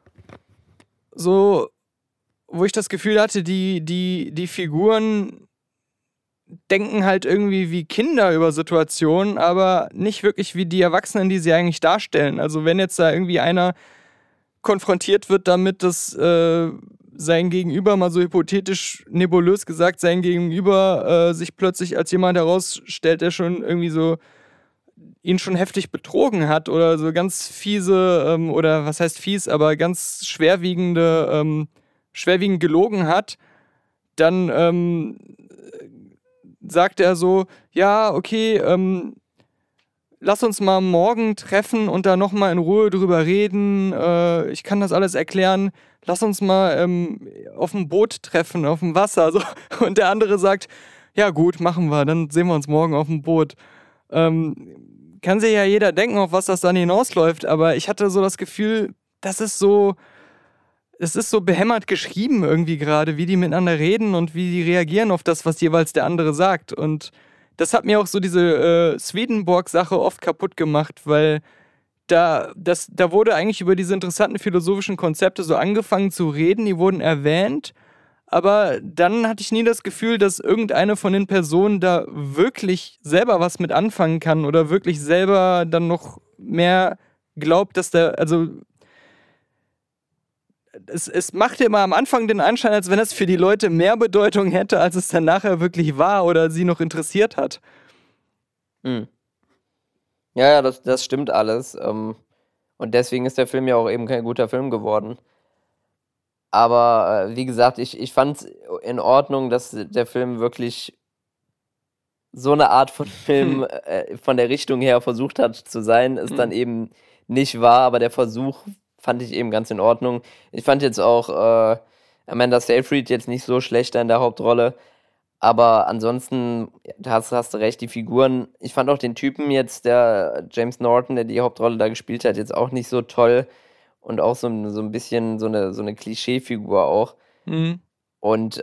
so, wo ich das Gefühl hatte, die Figuren denken halt irgendwie wie Kinder über Situationen, aber nicht wirklich wie die Erwachsenen, die sie eigentlich darstellen. Also wenn jetzt da irgendwie einer konfrontiert wird damit, dass sein Gegenüber, mal so hypothetisch nebulös gesagt, sein Gegenüber sich plötzlich als jemand herausstellt, der schon irgendwie so ihn schon heftig betrogen hat oder so ganz fiese, oder was heißt fies, aber ganz schwerwiegend gelogen hat, dann sagt er so, ja, okay, lass uns mal morgen treffen und da nochmal in Ruhe drüber reden, ich kann das alles erklären, lass uns mal auf dem Boot treffen, auf dem Wasser. So. Und der andere sagt, ja gut, machen wir, dann sehen wir uns morgen auf dem Boot. Kann sich ja jeder denken, auf was das dann hinausläuft, aber ich hatte so das Gefühl, das ist so behämmert geschrieben irgendwie gerade, wie die miteinander reden und wie die reagieren auf das, was jeweils der andere sagt. Und das hat mir auch so diese Swedenborg-Sache oft kaputt gemacht, weil da wurde eigentlich über diese interessanten philosophischen Konzepte so angefangen zu reden, die wurden erwähnt, aber dann hatte ich nie das Gefühl, dass irgendeine von den Personen da wirklich selber was mit anfangen kann oder wirklich selber dann noch mehr glaubt, dass es machte immer am Anfang den Anschein, als wenn es für die Leute mehr Bedeutung hätte, als es dann nachher wirklich war oder sie noch interessiert hat. Ja, das stimmt alles. Und deswegen ist der Film ja auch eben kein guter Film geworden. Aber wie gesagt, ich fand es in Ordnung, dass der Film wirklich so eine Art von Film von der Richtung her versucht hat zu sein, es dann eben nicht war, aber der Versuch fand ich eben ganz in Ordnung. Ich fand jetzt auch Amanda Seyfried jetzt nicht so schlecht in der Hauptrolle, aber ansonsten, da hast du recht, die Figuren, ich fand auch den Typen jetzt, der James Norton, der die Hauptrolle da gespielt hat, jetzt auch nicht so toll und auch so ein bisschen so eine Klischeefigur auch. Und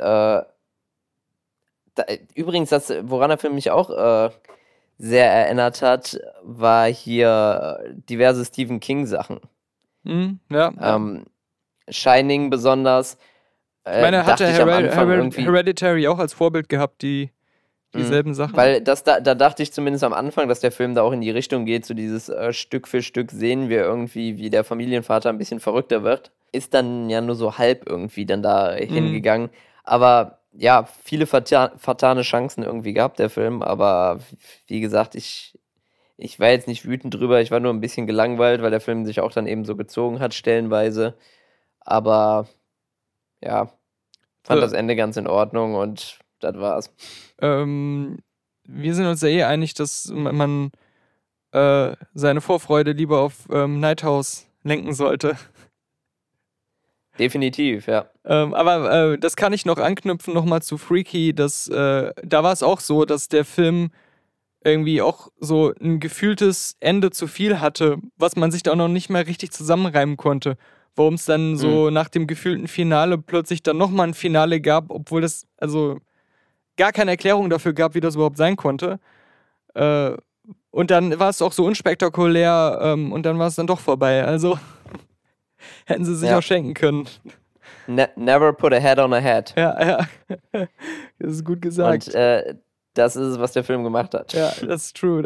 übrigens, woran der Film mich auch sehr erinnert hat, war hier diverse Stephen King-Sachen. Ja. Shining besonders. Ich meine, er hatte Hereditary auch als Vorbild gehabt, dieselben Sachen. Weil da dachte ich zumindest am Anfang, dass der Film da auch in die Richtung geht, so dieses Stück für Stück sehen wir irgendwie, wie der Familienvater ein bisschen verrückter wird. Ist dann ja nur so halb irgendwie dann da hingegangen. Aber ja, viele fatale Chancen irgendwie gehabt, der Film. Aber wie gesagt, ich war jetzt nicht wütend drüber, ich war nur ein bisschen gelangweilt, weil der Film sich auch dann eben so gezogen hat, stellenweise. Aber ja, fand das Ende ganz in Ordnung und das war's. Wir sind uns ja einig, dass man seine Vorfreude lieber auf Night House lenken sollte. Definitiv, ja. Aber das kann ich noch anknüpfen, nochmal zu Freaky, da war es auch so, dass der Film irgendwie auch so ein gefühltes Ende zu viel hatte, was man sich da auch noch nicht mehr richtig zusammenreimen konnte. Warum es dann so nach dem gefühlten Finale plötzlich dann nochmal ein Finale gab, obwohl es also gar keine Erklärung dafür gab, wie das überhaupt sein konnte. Und dann war es auch so unspektakulär und dann war es dann doch vorbei. Also hätten sie sich auch schenken können. Never put a head on a head. Ja. Das ist gut gesagt. Und das ist es, was der Film gemacht hat. Ja, that's true.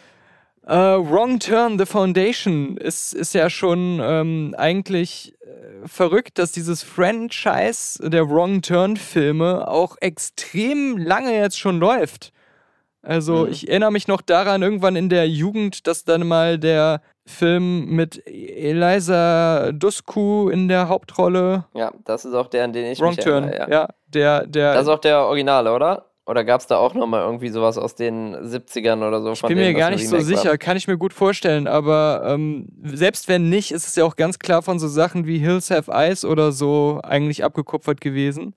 Wrong Turn, The Foundation ist ja schon eigentlich verrückt, dass dieses Franchise der Wrong Turn-Filme auch extrem lange jetzt schon läuft. Also ich erinnere mich noch daran, irgendwann in der Jugend, dass dann mal der Film mit Eliza Dushku in der Hauptrolle. Ja, das ist auch der, an den ich Wrong mich Turn, erinnere. ja. Das ist auch der Originale, oder? Oder gab es da auch nochmal irgendwie sowas aus den 70ern oder so? Ich bin mir gar nicht so sicher, kann ich mir gut vorstellen, aber selbst wenn nicht, ist es ja auch ganz klar von so Sachen wie Hills Have Eyes oder so eigentlich abgekupfert gewesen.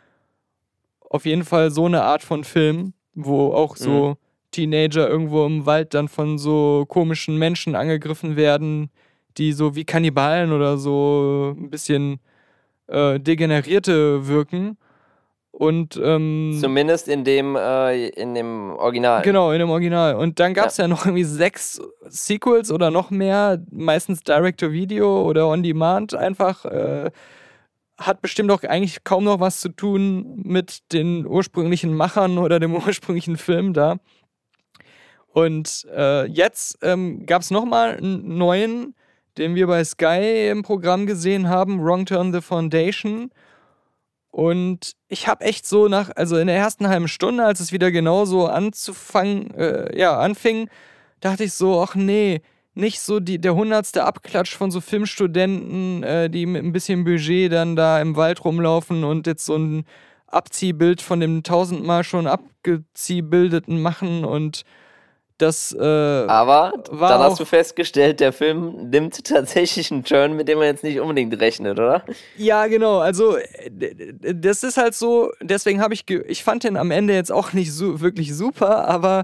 Auf jeden Fall so eine Art von Film, wo auch so Teenager irgendwo im Wald dann von so komischen Menschen angegriffen werden, die so wie Kannibalen oder so ein bisschen Degenerierte wirken. Und zumindest in dem Original. Genau, in dem Original. Und dann gab es ja noch irgendwie 6 Sequels oder noch mehr, meistens Direct-to-Video oder On-Demand einfach. Hat bestimmt auch eigentlich kaum noch was zu tun mit den ursprünglichen Machern oder dem ursprünglichen Film da. Und jetzt gab es nochmal einen neuen, den wir bei Sky im Programm gesehen haben, Wrong Turn: The Foundation. Und ich habe echt so in der ersten halben Stunde, als es wieder genauso anfing, dachte ich so, ach nee, nicht so der 100. Abklatsch von so Filmstudenten, die mit ein bisschen Budget dann da im Wald rumlaufen und jetzt so ein Abziehbild von dem 1000-mal schon abgeziehbildeten machen und das aber dann hast du festgestellt, der Film nimmt tatsächlich einen Turn, mit dem man jetzt nicht unbedingt rechnet, oder? Ja, genau. Also das ist halt so, deswegen ich fand den am Ende jetzt auch nicht so wirklich super, aber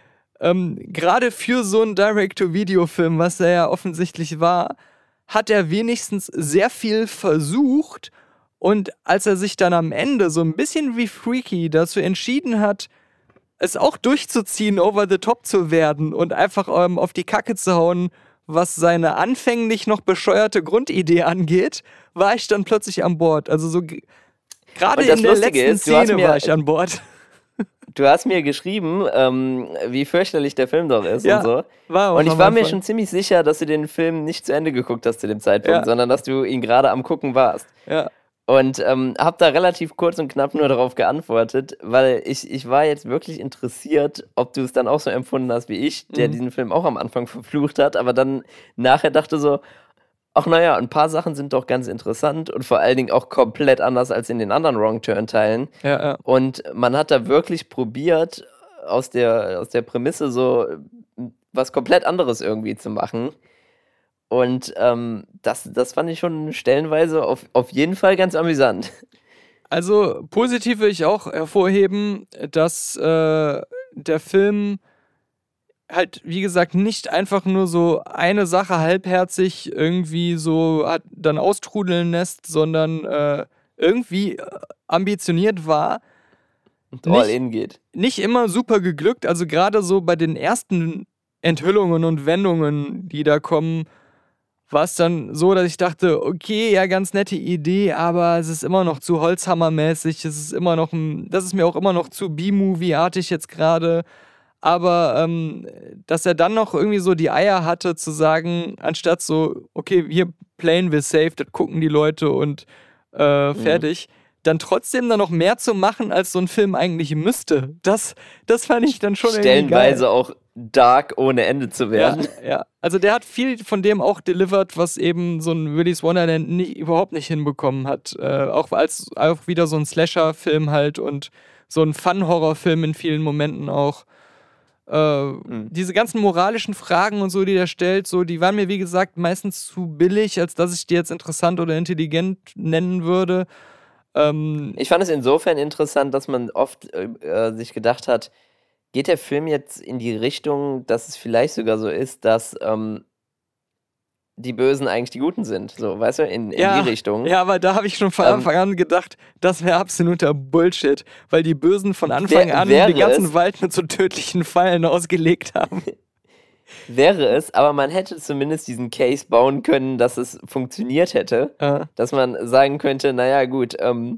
gerade für so einen Direct-to-Video-Film, was er ja offensichtlich war, hat er wenigstens sehr viel versucht und als er sich dann am Ende so ein bisschen wie Freaky dazu entschieden hat, es auch durchzuziehen, over the top zu werden und einfach auf die Kacke zu hauen, was seine anfänglich noch bescheuerte Grundidee angeht, war ich dann plötzlich an Bord. Also so gerade in der letzten Szene war ich an Bord. Du hast mir geschrieben, wie fürchterlich der Film doch ist und so. Und ich war mir schon ziemlich sicher, dass du den Film nicht zu Ende geguckt hast zu dem Zeitpunkt, sondern dass du ihn gerade am Gucken warst. Ja. Und habe da relativ kurz und knapp nur darauf geantwortet, weil ich war jetzt wirklich interessiert, ob du es dann auch so empfunden hast wie ich, der diesen Film auch am Anfang verflucht hat, aber dann nachher dachte so, ach naja, ein paar Sachen sind doch ganz interessant und vor allen Dingen auch komplett anders als in den anderen Wrong-Turn-Teilen. Ja. Und man hat da wirklich probiert, aus der Prämisse so was komplett anderes irgendwie zu machen. Und das fand ich schon stellenweise auf jeden Fall ganz amüsant. Also positiv will ich auch hervorheben, dass der Film halt, wie gesagt, nicht einfach nur so eine Sache halbherzig irgendwie so hat dann austrudeln lässt, sondern irgendwie ambitioniert war. Und all in geht. Nicht immer super geglückt, also gerade so bei den ersten Enthüllungen und Wendungen, die da kommen, war es dann so, dass ich dachte, okay, ja, ganz nette Idee, aber es ist immer noch zu Holzhammer-mäßig, das ist mir auch immer noch zu B-Movie-artig jetzt gerade. Aber dass er dann noch irgendwie so die Eier hatte zu sagen, anstatt so, okay, hier playen wir safe, das gucken die Leute und fertig, dann trotzdem dann noch mehr zu machen, als so ein Film eigentlich müsste. Das fand ich dann schon irgendwie geil. Stellenweise auch dark ohne Ende zu werden. Ja. Also der hat viel von dem auch delivered, was eben so ein Willy's Wonderland überhaupt nicht hinbekommen hat. Auch wieder so ein Slasher-Film halt und so ein Fun-Horror-Film in vielen Momenten auch. Diese ganzen moralischen Fragen und so, die er stellt, so, die waren mir, wie gesagt, meistens zu billig, als dass ich die jetzt interessant oder intelligent nennen würde. Ich fand es insofern interessant, dass man oft sich gedacht hat, geht der Film jetzt in die Richtung, dass es vielleicht sogar so ist, dass die Bösen eigentlich die Guten sind, so, weißt du, in die Richtung. Ja, aber da habe ich schon von Anfang an gedacht, das wäre absoluter Bullshit, weil die Bösen von Anfang an den ganzen Wald mit so tödlichen Fallen ausgelegt haben. Wäre es, aber man hätte zumindest diesen Case bauen können, dass es funktioniert hätte, dass man sagen könnte, naja gut,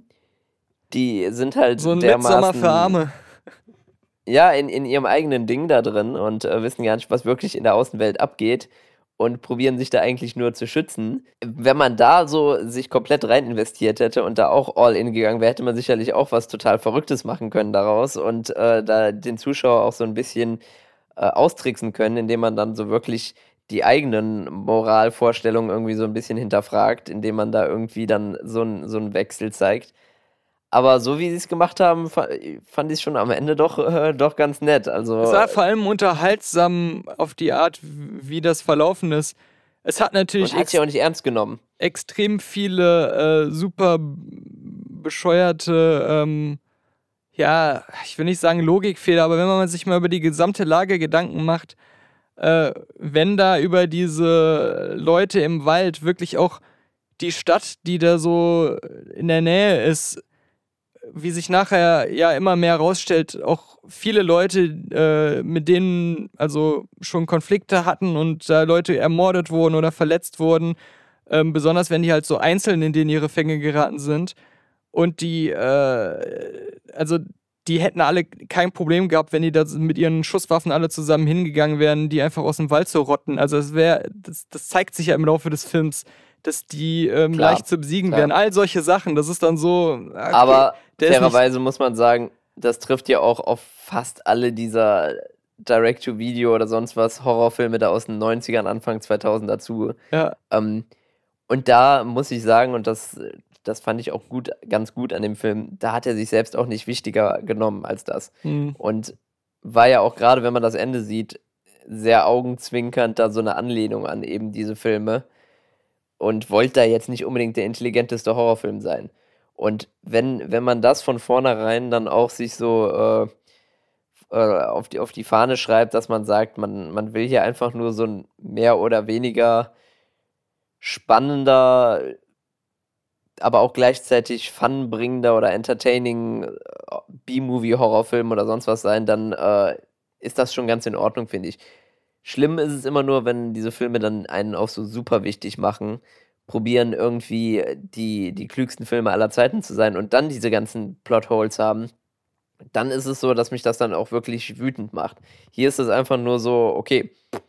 die sind halt so ein dermaßen... Midsommar für Arme. Ja, in ihrem eigenen Ding da drin und wissen gar nicht, was wirklich in der Außenwelt abgeht. und probieren sich da eigentlich nur zu schützen. Wenn man da so sich komplett rein investiert hätte und da auch all in gegangen wäre, hätte man sicherlich auch was total Verrücktes machen können daraus und da den Zuschauer auch so ein bisschen austricksen können, indem man dann so wirklich die eigenen Moralvorstellungen irgendwie so ein bisschen hinterfragt, indem man da irgendwie dann so einen Wechsel zeigt. Aber so wie sie es gemacht haben, fand ich es schon am Ende doch ganz nett. Also, es war vor allem unterhaltsam auf die Art, wie das verlaufen ist. Es hat natürlich und hat sich auch nicht ernst genommen. Extrem viele super bescheuerte, ich will nicht sagen Logikfehler, aber wenn man sich mal über die gesamte Lage Gedanken macht, wenn da über diese Leute im Wald wirklich auch die Stadt, die da so in der Nähe ist, wie sich nachher ja immer mehr rausstellt, auch viele Leute, mit denen also schon Konflikte hatten und da Leute ermordet wurden oder verletzt wurden, besonders wenn die halt so einzeln in denen ihre Fänge geraten sind und die hätten alle kein Problem gehabt, wenn die da mit ihren Schusswaffen alle zusammen hingegangen wären, die einfach aus dem Wald zu rotten. Also das zeigt sich ja im Laufe des Films, dass die leicht zu besiegen wären. All solche Sachen, das ist dann so... Okay, aber fairerweise muss man sagen, das trifft ja auch auf fast alle dieser Direct-to-Video oder sonst was Horrorfilme da aus den 90ern, Anfang 2000 dazu. Ja. Und da muss ich sagen, und das fand ich auch ganz gut an dem Film, da hat er sich selbst auch nicht wichtiger genommen als das. Und war ja auch gerade, wenn man das Ende sieht, sehr augenzwinkernd da so eine Anlehnung an eben diese Filme und wollte da jetzt nicht unbedingt der intelligenteste Horrorfilm sein. Und wenn man das von vornherein dann auch sich so auf die Fahne schreibt, dass man sagt, man will hier einfach nur so ein mehr oder weniger spannender, aber auch gleichzeitig funbringender oder entertaining B-Movie-Horrorfilm oder sonst was sein, dann ist das schon ganz in Ordnung, finde ich. Schlimm ist es immer nur, wenn diese Filme dann einen auch so super wichtig machen, probieren irgendwie die klügsten Filme aller Zeiten zu sein und dann diese ganzen Plotholes haben. Dann ist es so, dass mich das dann auch wirklich wütend macht. Hier ist es einfach nur so, okay,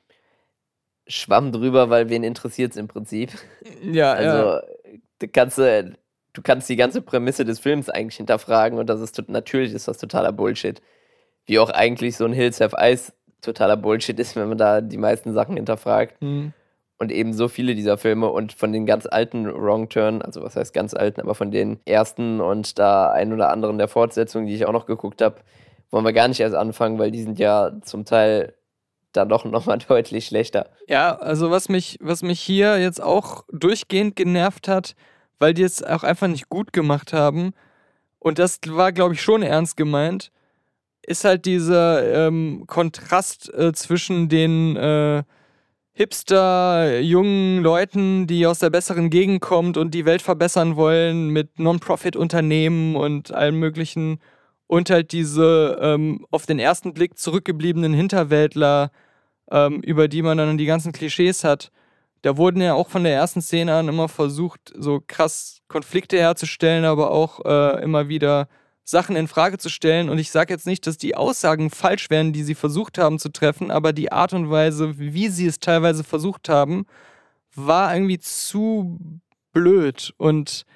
Schwamm drüber, weil wen interessiert es im Prinzip. Ja, also du kannst die ganze Prämisse des Films eigentlich hinterfragen und natürlich ist das totaler Bullshit. Wie auch eigentlich so ein Hills Have Eyes totaler Bullshit ist, wenn man da die meisten Sachen hinterfragt. Und eben so viele dieser Filme und von den ganz alten Wrong Turn, also was heißt ganz alten, aber von den ersten und da ein oder anderen der Fortsetzungen, die ich auch noch geguckt habe, wollen wir gar nicht erst anfangen, weil die sind ja zum Teil dann doch nochmal deutlich schlechter. Ja, also was mich hier jetzt auch durchgehend genervt hat, weil die es auch einfach nicht gut gemacht haben, und das war, glaube ich, schon ernst gemeint, ist halt dieser Kontrast zwischen den Hipster, jungen Leuten, die aus der besseren Gegend kommen und die Welt verbessern wollen mit Non-Profit-Unternehmen und allem möglichen, und halt diese auf den ersten Blick zurückgebliebenen Hinterwäldler, über die man dann die ganzen Klischees hat. Da wurden ja auch von der ersten Szene an immer versucht, so krass Konflikte herzustellen, aber auch immer wieder Sachen in Frage zu stellen. Und ich sage jetzt nicht, dass die Aussagen falsch wären, die sie versucht haben zu treffen, aber die Art und Weise, wie sie es teilweise versucht haben, war irgendwie zu blöd. Und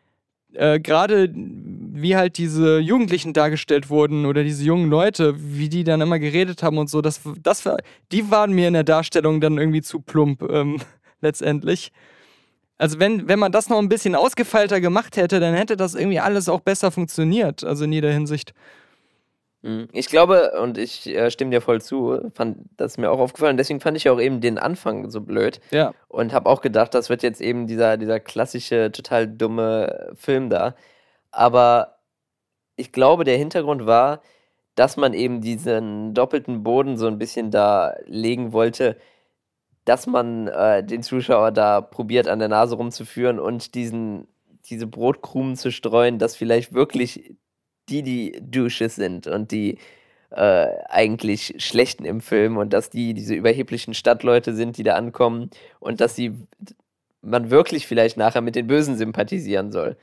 gerade wie halt diese Jugendlichen dargestellt wurden oder diese jungen Leute, wie die dann immer geredet haben und so, die waren mir in der Darstellung dann irgendwie zu plump letztendlich. Also wenn man das noch ein bisschen ausgefeilter gemacht hätte, dann hätte das irgendwie alles auch besser funktioniert, also in jeder Hinsicht. Ich glaube, und ich stimme dir voll zu, das ist mir auch aufgefallen, deswegen fand ich auch eben den Anfang so blöd. Ja. Und habe auch gedacht, das wird jetzt eben dieser klassische, total dumme Film da. Aber ich glaube, der Hintergrund war, dass man eben diesen doppelten Boden so ein bisschen da legen wollte, dass man den Zuschauer da probiert, an der Nase rumzuführen und diese Brotkrumen zu streuen, dass vielleicht wirklich die Douches sind und die eigentlich Schlechten im Film und dass diese überheblichen Stadtleute sind, die da ankommen und dass man wirklich vielleicht nachher mit den Bösen sympathisieren soll.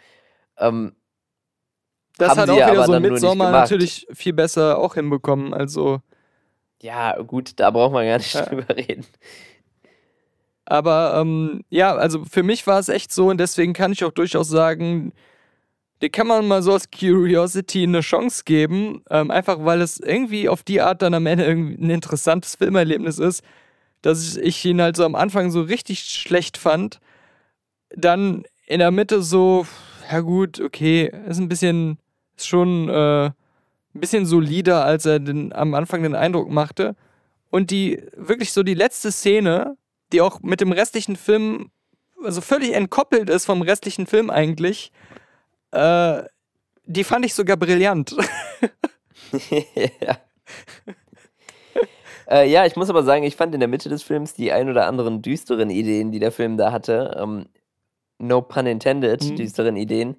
Das hat auch wieder so ein Midsommar natürlich viel besser auch hinbekommen, also... Ja, gut, da braucht man gar nicht drüber reden. Aber ja, also für mich war es echt so und deswegen kann ich auch durchaus sagen, den kann man mal so aus Curiosity eine Chance geben, einfach weil es irgendwie auf die Art dann am Ende irgendwie ein interessantes Filmerlebnis ist, dass ich ihn halt so am Anfang so richtig schlecht fand, dann in der Mitte so, ja gut, okay, ist schon ein bisschen solider, als er am Anfang den Eindruck machte. Und wirklich so die letzte Szene, die auch mit dem restlichen Film, also völlig entkoppelt ist vom restlichen Film eigentlich, die fand ich sogar brillant. Ja. Ja, ich muss aber sagen, ich fand in der Mitte des Films die ein oder anderen düsteren Ideen, die der Film da hatte, no pun intended, düsteren Ideen,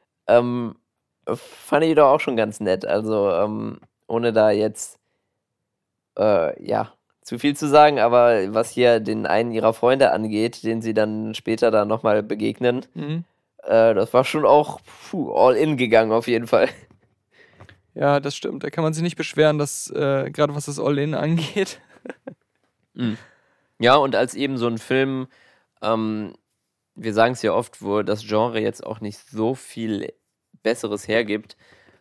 fand ich doch auch schon ganz nett. Also, ohne da jetzt, ja, zu viel zu sagen, aber was hier den einen ihrer Freunde angeht, den sie dann später da nochmal begegnen, das war schon auch all in gegangen auf jeden Fall. Ja, das stimmt. Da kann man sich nicht beschweren, dass gerade was das All-In angeht. Ja, und als eben so ein Film, wir sagen es ja oft, wo das Genre jetzt auch nicht so viel Besseres hergibt,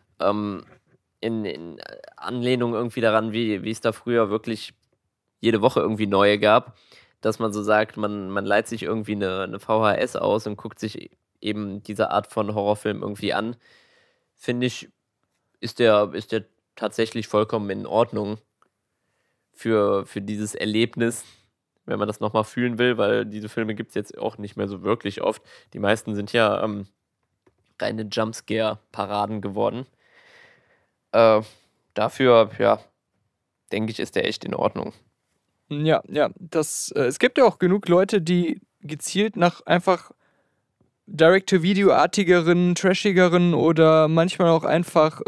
in Anlehnung irgendwie daran, wie es da früher wirklich jede Woche irgendwie neue gab, dass man so sagt, man leiht sich irgendwie eine VHS aus und guckt sich eben diese Art von Horrorfilm irgendwie an, finde ich, ist der tatsächlich vollkommen in Ordnung für dieses Erlebnis, wenn man das nochmal fühlen will, weil diese Filme gibt es jetzt auch nicht mehr so wirklich oft. Die meisten sind ja reine Jumpscare-Paraden geworden. Dafür, ja, denke ich, ist der echt in Ordnung. Ja, es gibt ja auch genug Leute, die gezielt nach einfach Direct-to-Video-artigeren, trashigeren oder manchmal auch einfach,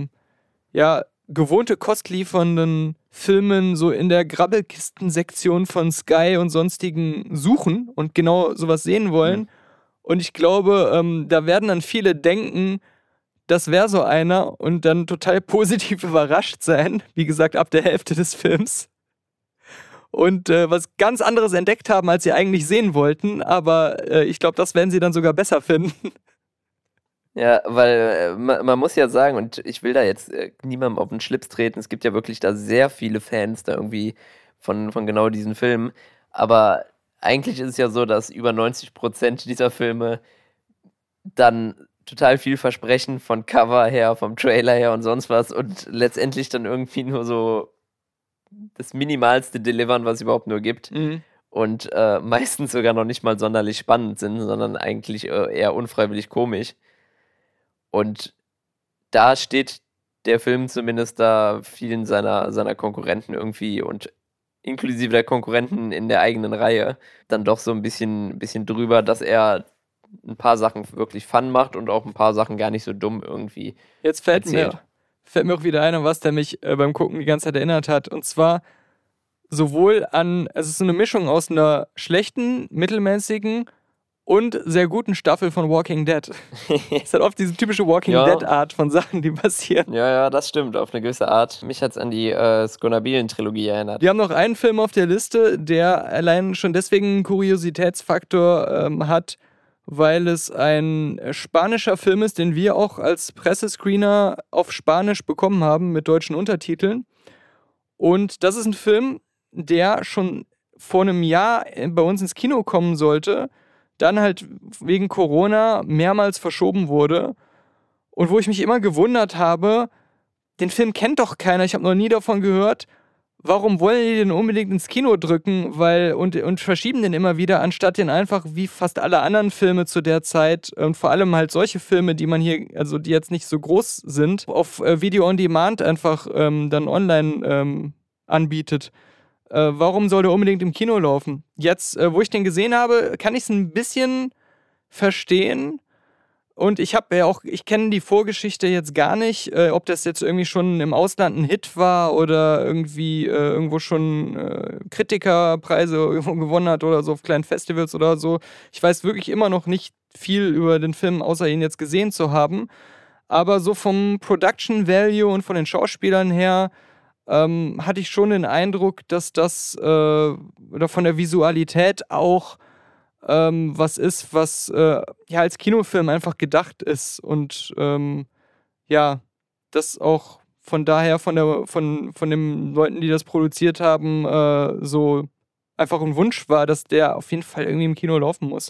gewohnte Kost liefernden Filmen so in der Grabbelkisten-Sektion von Sky und sonstigen suchen und genau sowas sehen wollen. Und ich glaube, da werden dann viele denken, das wäre so einer und dann total positiv überrascht sein, wie gesagt, ab der Hälfte des Films. Und was ganz anderes entdeckt haben, als sie eigentlich sehen wollten. Aber ich glaube, das werden sie dann sogar besser finden. Ja, weil man muss ja sagen, und ich will da jetzt niemandem auf den Schlips treten, es gibt ja wirklich da sehr viele Fans da irgendwie von genau diesen Filmen. Aber eigentlich ist es ja so, dass über 90% dieser Filme dann total viel versprechen von Cover her, vom Trailer her und sonst was und letztendlich dann irgendwie nur so das Minimalste delivern, was es überhaupt nur gibt. Und meistens sogar noch nicht mal sonderlich spannend sind, sondern eigentlich eher unfreiwillig komisch. Und da steht der Film zumindest da vielen seiner Konkurrenten irgendwie und inklusive der Konkurrenten in der eigenen Reihe dann doch so ein bisschen drüber, dass er ein paar Sachen wirklich Fun macht und auch ein paar Sachen gar nicht so dumm irgendwie. Jetzt fällt mir auch wieder ein, was der mich beim Gucken die ganze Zeit erinnert hat. Und zwar sowohl es ist so eine Mischung aus einer schlechten, mittelmäßigen und sehr guten Staffel von Walking Dead. Es hat oft diese typische Walking Dead-Art von Sachen, die passieren. Ja, das stimmt, auf eine gewisse Art. Mich hat es an die Sconabilen-Trilogie erinnert. Wir haben noch einen Film auf der Liste, der allein schon deswegen einen Kuriositätsfaktor hat, weil es ein spanischer Film ist, den wir auch als Pressescreener auf Spanisch bekommen haben mit deutschen Untertiteln. Und das ist ein Film, der schon vor einem Jahr bei uns ins Kino kommen sollte, dann halt wegen Corona mehrmals verschoben wurde und wo ich mich immer gewundert habe, den Film kennt doch keiner, ich habe noch nie davon gehört, warum wollen die den unbedingt ins Kino drücken, und verschieben den immer wieder, anstatt den einfach wie fast alle anderen Filme zu der Zeit und vor allem halt solche Filme, die man hier, also die jetzt nicht so groß sind, auf Video on Demand einfach dann online anbietet. Warum soll der unbedingt im Kino laufen? Jetzt, wo ich den gesehen habe, kann ich es ein bisschen verstehen. Und ich kenne die Vorgeschichte jetzt gar nicht, ob das jetzt irgendwie schon im Ausland ein Hit war oder irgendwie irgendwo schon Kritikerpreise gewonnen hat oder so auf kleinen Festivals oder so. Ich weiß wirklich immer noch nicht viel über den Film, außer ihn jetzt gesehen zu haben. Aber so vom Production Value und von den Schauspielern her hatte ich schon den Eindruck, dass das oder von der Visualität auch was ist, was ja als Kinofilm einfach gedacht ist und ja, das auch von daher von den Leuten, die das produziert haben, so einfach ein Wunsch war, dass der auf jeden Fall irgendwie im Kino laufen muss.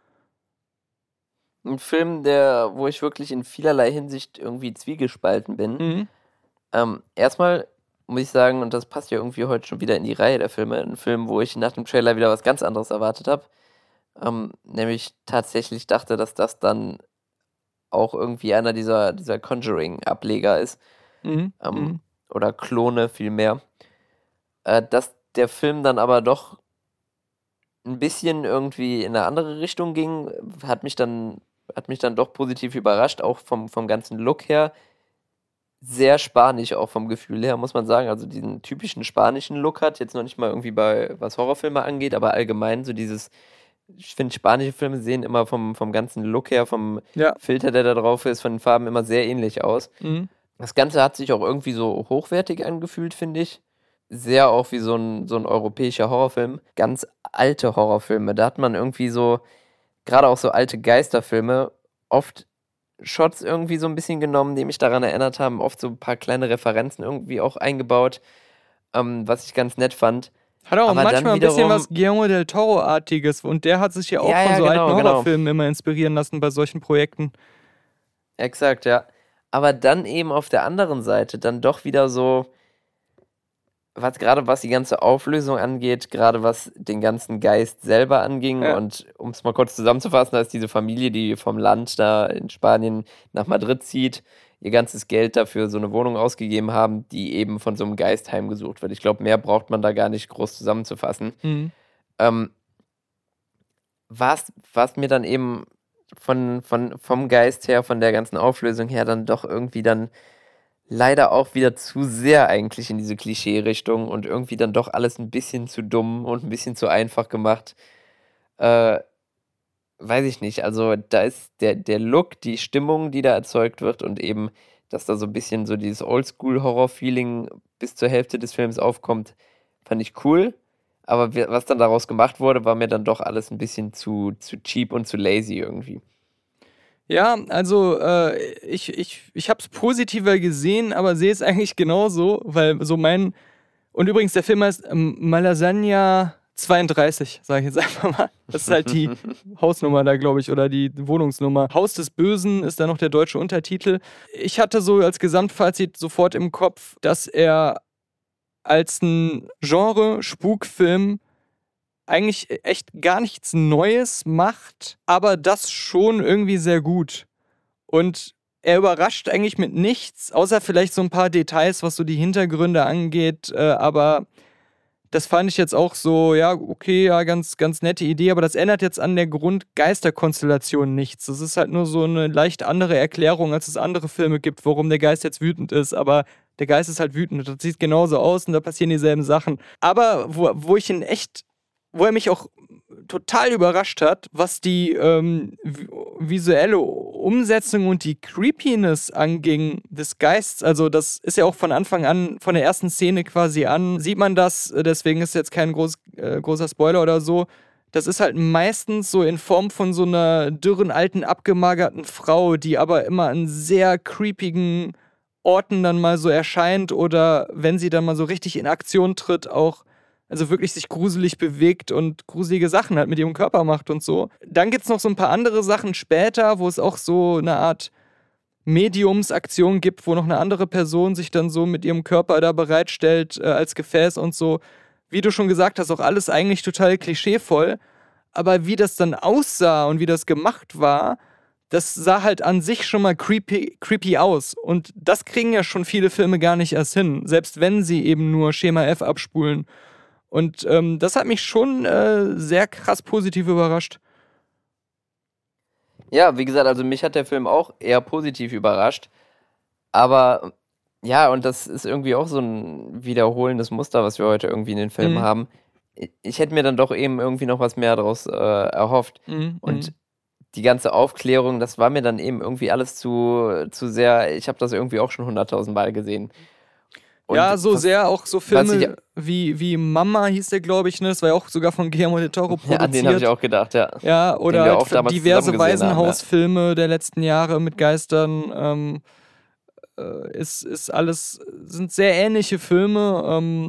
Ein Film, wo ich wirklich in vielerlei Hinsicht irgendwie zwiegespalten bin. Mhm. Erstmal muss ich sagen, und das passt ja irgendwie heute schon wieder in die Reihe der Filme, ein Film, wo ich nach dem Trailer wieder was ganz anderes erwartet habe. Nämlich tatsächlich dachte, dass das dann auch irgendwie einer dieser Conjuring-Ableger ist. Mhm. Oder Klone vielmehr. Dass der Film dann aber doch ein bisschen irgendwie in eine andere Richtung ging, hat mich dann doch positiv überrascht, auch vom ganzen Look her. Sehr spanisch auch vom Gefühl her, muss man sagen. Also diesen typischen spanischen Look hat, jetzt noch nicht mal irgendwie was Horrorfilme angeht, aber allgemein so dieses, ich finde, spanische Filme sehen immer vom ganzen Look her, vom Filter, der da drauf ist, von den Farben immer sehr ähnlich aus. Mhm. Das Ganze hat sich auch irgendwie so hochwertig angefühlt, finde ich. Sehr auch wie so ein europäischer Horrorfilm. Ganz alte Horrorfilme. Da hat man irgendwie so, gerade auch so alte Geisterfilme, oft Shots irgendwie so ein bisschen genommen, die mich daran erinnert haben. Oft so ein paar kleine Referenzen irgendwie auch eingebaut, was ich ganz nett fand. Hat auch Aber manchmal dann ein bisschen wiederum, was Guillermo del Toro-artiges und der hat sich ja auch von so alten Horrorfilmen immer inspirieren lassen bei solchen Projekten. Exakt, ja. Aber dann eben auf der anderen Seite dann doch wieder so, was die ganze Auflösung angeht, gerade was den ganzen Geist selber anging. Ja. Und um es mal kurz zusammenzufassen, da ist diese Familie, die vom Land da in Spanien nach Madrid zieht, ihr ganzes Geld dafür so eine Wohnung ausgegeben haben, die eben von so einem Geist heimgesucht wird. Ich glaube, mehr braucht man da gar nicht groß zusammenzufassen. Mhm. Was mir dann eben vom Geist her, von der ganzen Auflösung her, dann doch irgendwie dann leider auch wieder zu sehr eigentlich in diese Klischee-Richtung und irgendwie dann doch alles ein bisschen zu dumm und ein bisschen zu einfach gemacht. Weiß ich nicht. Also da ist der Look, die Stimmung, die da erzeugt wird und eben, dass da so ein bisschen so dieses Oldschool-Horror-Feeling bis zur Hälfte des Films aufkommt, fand ich cool. Aber was dann daraus gemacht wurde, war mir dann doch alles ein bisschen zu cheap und zu lazy irgendwie. Ja, also ich habe es positiver gesehen, aber sehe es eigentlich genauso, weil so und übrigens der Film heißt Malasagna 32, sage ich jetzt einfach mal. Das ist halt die Hausnummer da, glaube ich, oder die Wohnungsnummer. Haus des Bösen ist da noch der deutsche Untertitel. Ich hatte so als Gesamtfazit sofort im Kopf, dass er als ein Genre-Spukfilm eigentlich echt gar nichts Neues macht, aber das schon irgendwie sehr gut. Und er überrascht eigentlich mit nichts, außer vielleicht so ein paar Details, was so die Hintergründe angeht, aber das fand ich jetzt auch so, ja, okay, ja, ganz, ganz nette Idee, aber das ändert jetzt an der Grundgeisterkonstellation nichts. Das ist halt nur so eine leicht andere Erklärung, als es andere Filme gibt, warum der Geist jetzt wütend ist, aber der Geist ist halt wütend und das sieht genauso aus und da passieren dieselben Sachen. Aber wo er mich auch total überrascht hat, was die visuelle Umsetzung und die Creepiness anging des Geists. Also das ist ja auch von Anfang an, von der ersten Szene quasi an, sieht man das, deswegen ist jetzt kein großer Spoiler oder so. Das ist halt meistens so in Form von so einer dürren, alten, abgemagerten Frau, die aber immer an sehr creepigen Orten dann mal so erscheint oder wenn sie dann mal so richtig in Aktion tritt, auch also wirklich sich gruselig bewegt und gruselige Sachen halt mit ihrem Körper macht und so. Dann gibt's noch so ein paar andere Sachen später, wo es auch so eine Art Mediumsaktion gibt, wo noch eine andere Person sich dann so mit ihrem Körper da bereitstellt als Gefäß und so. Wie du schon gesagt hast, auch alles eigentlich total klischeevoll. Aber wie das dann aussah und wie das gemacht war, das sah halt an sich schon mal creepy aus. Und das kriegen ja schon viele Filme gar nicht erst hin, selbst wenn sie eben nur Schema F abspulen. Und das hat mich schon sehr krass positiv überrascht. Ja, wie gesagt, also mich hat der Film auch eher positiv überrascht. Aber ja, und das ist irgendwie auch so ein wiederholendes Muster, was wir heute irgendwie in den Filmen haben. Ich hätte mir dann doch eben irgendwie noch was mehr daraus erhofft. Und die ganze Aufklärung, das war mir dann eben irgendwie alles zu sehr, ich habe das irgendwie auch schon 100.000 Mal gesehen. Und ja, so sehr auch so ich- Filme wie Mama hieß der, glaube ich, ne? Das war ja auch sogar von Guillermo del Toro produziert. Ja, an den habe ich auch gedacht, ja. Ja, Den oder wir halt auch damals diverse zusammen gesehen haben, ja. Waisenhausfilme der letzten Jahre mit Geistern. Ist alles, sind sehr ähnliche Filme.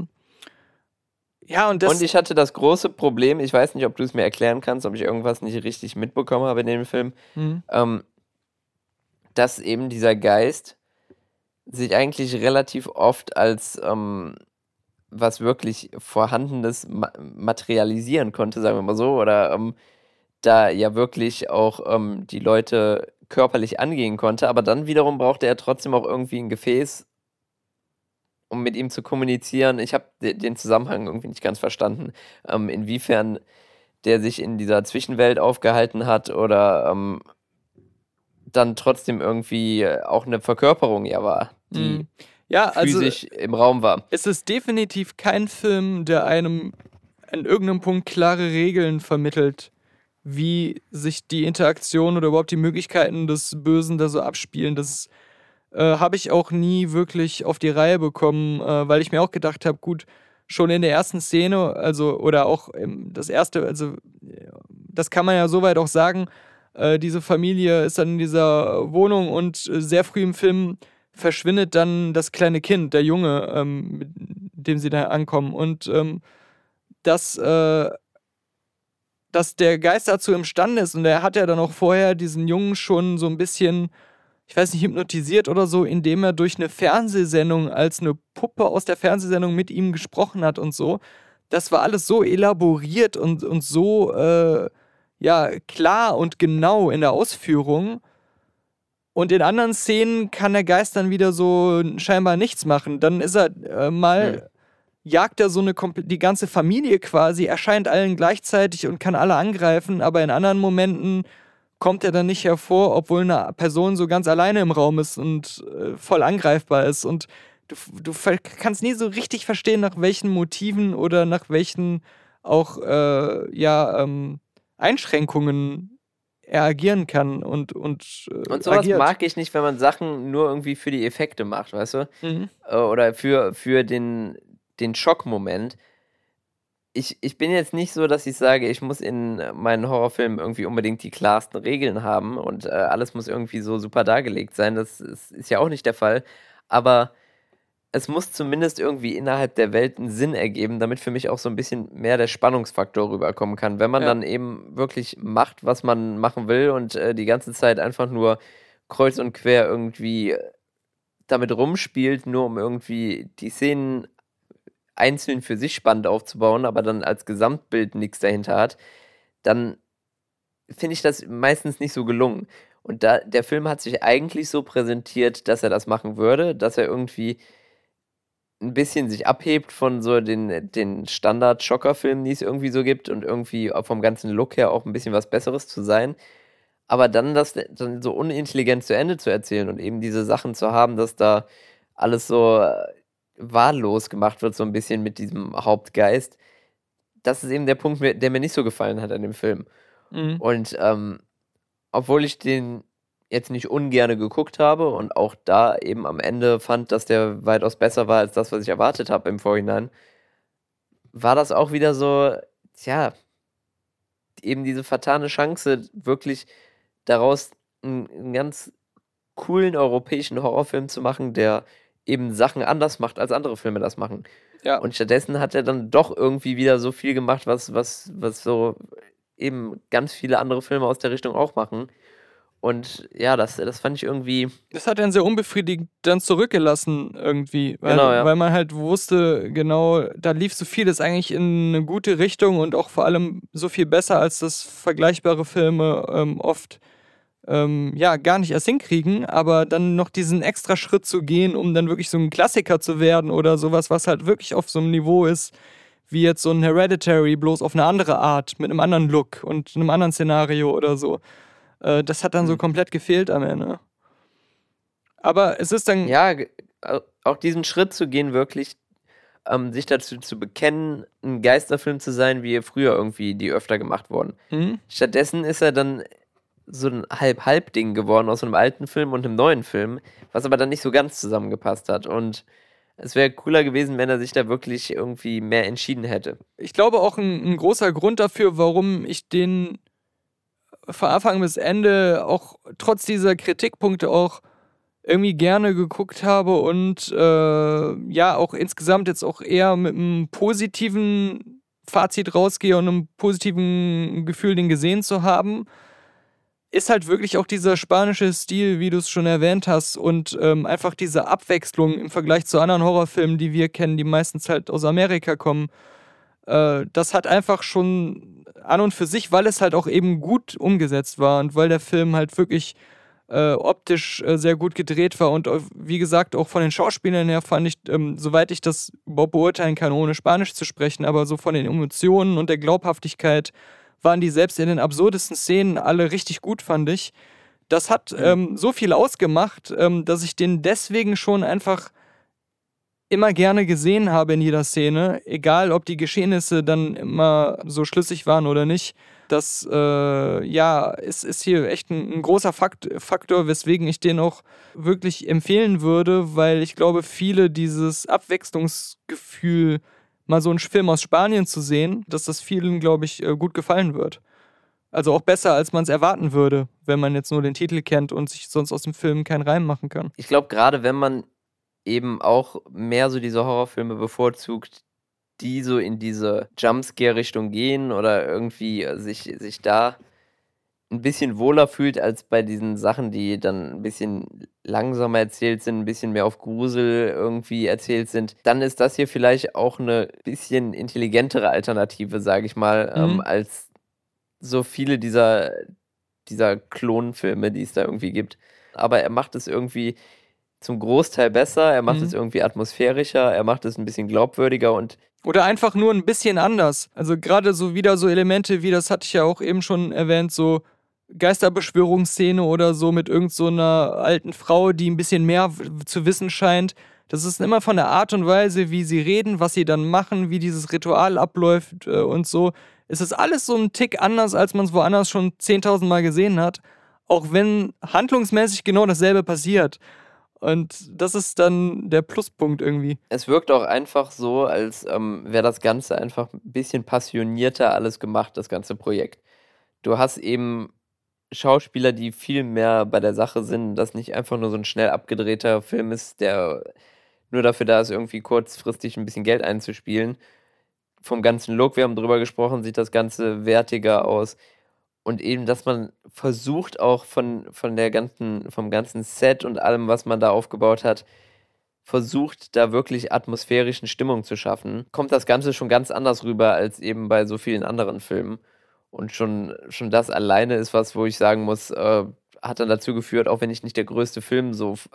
Ja, und das. Und ich hatte das große Problem, ich weiß nicht, ob du es mir erklären kannst, ob ich irgendwas nicht richtig mitbekommen habe in dem Film, Hm. dass eben dieser Geist sich eigentlich relativ oft als was wirklich Vorhandenes materialisieren konnte, sagen wir mal so, oder da ja wirklich auch die Leute körperlich angehen konnte, aber dann wiederum brauchte er trotzdem auch irgendwie ein Gefäß, um mit ihm zu kommunizieren. Ich habe den Zusammenhang irgendwie nicht ganz verstanden, inwiefern der sich in dieser Zwischenwelt aufgehalten hat oder dann trotzdem irgendwie auch eine Verkörperung ja war, die Ja, also physisch im Raum war. es ist definitiv kein Film, der einem an irgendeinem Punkt klare Regeln vermittelt, wie sich die Interaktion oder überhaupt die Möglichkeiten des Bösen da so abspielen. Das habe ich auch nie wirklich auf die Reihe bekommen, weil ich mir auch gedacht habe, gut, schon in der ersten Szene, also, oder auch das erste, also, das kann man ja soweit auch sagen, diese Familie ist dann in dieser Wohnung und sehr früh im Film verschwindet dann das kleine Kind, der Junge, mit dem sie da ankommen. Und dass der Geist dazu imstande ist, und er hat ja dann auch vorher diesen Jungen schon so ein bisschen, ich weiß nicht, hypnotisiert oder so, indem er durch eine Fernsehsendung als eine Puppe aus der Fernsehsendung mit ihm gesprochen hat und so. Das war alles so elaboriert und so ja, klar und genau in der Ausführung. Und in anderen Szenen kann der Geist dann wieder so scheinbar nichts machen. Dann ist er jagt er so die ganze Familie quasi, erscheint allen gleichzeitig und kann alle angreifen, aber in anderen Momenten kommt er dann nicht hervor, obwohl eine Person so ganz alleine im Raum ist und voll angreifbar ist. Und du kannst nie so richtig verstehen, nach welchen Motiven oder nach welchen auch Einschränkungen er agieren kann und Und sowas agiert. mag ich nicht, wenn man Sachen nur irgendwie für die Effekte macht, weißt du? Mhm. Oder für den Schockmoment. Ich bin jetzt nicht so, dass ich sage, ich muss in meinen Horrorfilmen irgendwie unbedingt die klarsten Regeln haben und alles muss irgendwie so super dargelegt sein. Das ist ja auch nicht der Fall. Aber es muss zumindest irgendwie innerhalb der Welt einen Sinn ergeben, damit für mich auch so ein bisschen mehr der Spannungsfaktor rüberkommen kann. Wenn man dann eben wirklich macht, was man machen will und die ganze Zeit einfach nur kreuz und quer irgendwie damit rumspielt, nur um irgendwie die Szenen einzeln für sich spannend aufzubauen, aber dann als Gesamtbild nichts dahinter hat, dann finde ich das meistens nicht so gelungen. Und der Film hat sich eigentlich so präsentiert, dass er das machen würde, dass er irgendwie ein bisschen sich abhebt von so den Standard-Schocker-Filmen, die es irgendwie so gibt und irgendwie auch vom ganzen Look her auch ein bisschen was Besseres zu sein. Aber dann das dann so unintelligent zu Ende zu erzählen und eben diese Sachen zu haben, dass da alles so wahllos gemacht wird, so ein bisschen mit diesem Hauptgeist, das ist eben der Punkt, der mir nicht so gefallen hat an dem Film. Mhm. Und obwohl ich den jetzt nicht ungerne geguckt habe und auch da eben am Ende fand, dass der weitaus besser war als das, was ich erwartet habe im Vorhinein, war das auch wieder so, tja, eben diese vertane Chance, wirklich daraus einen ganz coolen europäischen Horrorfilm zu machen, der eben Sachen anders macht, als andere Filme das machen. Ja. Und stattdessen hat er dann doch irgendwie wieder so viel gemacht, was so eben ganz viele andere Filme aus der Richtung auch machen. Und ja, das fand ich irgendwie. Das hat er sehr unbefriedigend dann zurückgelassen irgendwie, Genau, ja. weil man halt wusste, genau, da lief so vieles eigentlich in eine gute Richtung und auch vor allem so viel besser, als das vergleichbare Filme oft gar nicht erst hinkriegen, aber dann noch diesen extra Schritt zu gehen, um dann wirklich so ein Klassiker zu werden oder sowas, was halt wirklich auf so einem Niveau ist, wie jetzt so ein Hereditary, bloß auf eine andere Art, mit einem anderen Look und einem anderen Szenario oder so. Das hat dann so komplett gefehlt am Ende. Aber es ist dann... Ja, auch diesen Schritt zu gehen, wirklich sich dazu zu bekennen, ein Geisterfilm zu sein, wie früher irgendwie die öfter gemacht wurden. Stattdessen ist er dann so ein Halb-Halb-Ding geworden aus einem alten Film und einem neuen Film, was aber dann nicht so ganz zusammengepasst hat. Und Es wäre cooler gewesen, wenn er sich da wirklich irgendwie mehr entschieden hätte. Ich glaube auch ein großer Grund dafür, warum ich den von Anfang bis Ende auch trotz dieser Kritikpunkte auch irgendwie gerne geguckt habe und auch insgesamt jetzt auch eher mit einem positiven Fazit rausgehe und einem positiven Gefühl, den gesehen zu haben, ist halt wirklich auch dieser spanische Stil, wie du es schon erwähnt hast, und einfach diese Abwechslung im Vergleich zu anderen Horrorfilmen, die wir kennen, die meistens halt aus Amerika kommen. Das hat einfach schon an und für sich, weil es halt auch eben gut umgesetzt war und weil der Film halt wirklich optisch sehr gut gedreht war und wie gesagt auch von den Schauspielern her fand ich, soweit ich das überhaupt beurteilen kann, ohne Spanisch zu sprechen, aber so von den Emotionen und der Glaubhaftigkeit waren die selbst in den absurdesten Szenen alle richtig gut, fand ich. Das hat so viel ausgemacht, dass ich den deswegen schon einfach immer gerne gesehen habe in jeder Szene, egal ob die Geschehnisse dann immer so schlüssig waren oder nicht. Das ist hier echt ein großer Faktor, weswegen ich den auch wirklich empfehlen würde, weil ich glaube, viele dieses Abwechslungsgefühl, mal so einen Film aus Spanien zu sehen, dass das vielen, glaube ich, gut gefallen wird. Also auch besser, als man es erwarten würde, wenn man jetzt nur den Titel kennt und sich sonst aus dem Film keinen Reim machen kann. Ich glaube, gerade wenn man eben auch mehr so diese Horrorfilme bevorzugt, die so in diese Jumpscare-Richtung gehen oder irgendwie sich da ein bisschen wohler fühlt als bei diesen Sachen, die dann ein bisschen langsamer erzählt sind, ein bisschen mehr auf Grusel irgendwie erzählt sind, dann ist das hier vielleicht auch eine bisschen intelligentere Alternative, sage ich mal, als so viele dieser Klonfilme, die es da irgendwie gibt. Aber er macht es irgendwie zum Großteil besser, er macht es irgendwie atmosphärischer, er macht es ein bisschen glaubwürdiger und oder einfach nur ein bisschen anders. Also gerade so wieder so Elemente wie, das hatte ich ja auch eben schon erwähnt, so Geisterbeschwörungsszene oder so mit irgend so einer alten Frau, die ein bisschen mehr zu wissen scheint. Das ist immer von der Art und Weise, wie sie reden, was sie dann machen, wie dieses Ritual abläuft und so. Es ist alles so ein Tick anders, als man es woanders schon 10.000 Mal gesehen hat. Auch wenn handlungsmäßig genau dasselbe passiert. Und das ist dann der Pluspunkt irgendwie. Es wirkt auch einfach so, als wäre das Ganze einfach ein bisschen passionierter alles gemacht, das ganze Projekt. Du hast eben Schauspieler, die viel mehr bei der Sache sind, dass nicht einfach nur so ein schnell abgedrehter Film ist, der nur dafür da ist, irgendwie kurzfristig ein bisschen Geld einzuspielen. Vom ganzen Look, wir haben drüber gesprochen, sieht das Ganze wertiger aus. Und eben, dass man versucht auch vom ganzen Set und allem, was man da aufgebaut hat, versucht da wirklich atmosphärische Stimmung zu schaffen, kommt das Ganze schon ganz anders rüber als eben bei so vielen anderen Filmen. Und schon das alleine ist was, wo ich sagen muss, hat dann dazu geführt, auch wenn ich nicht der größte Fan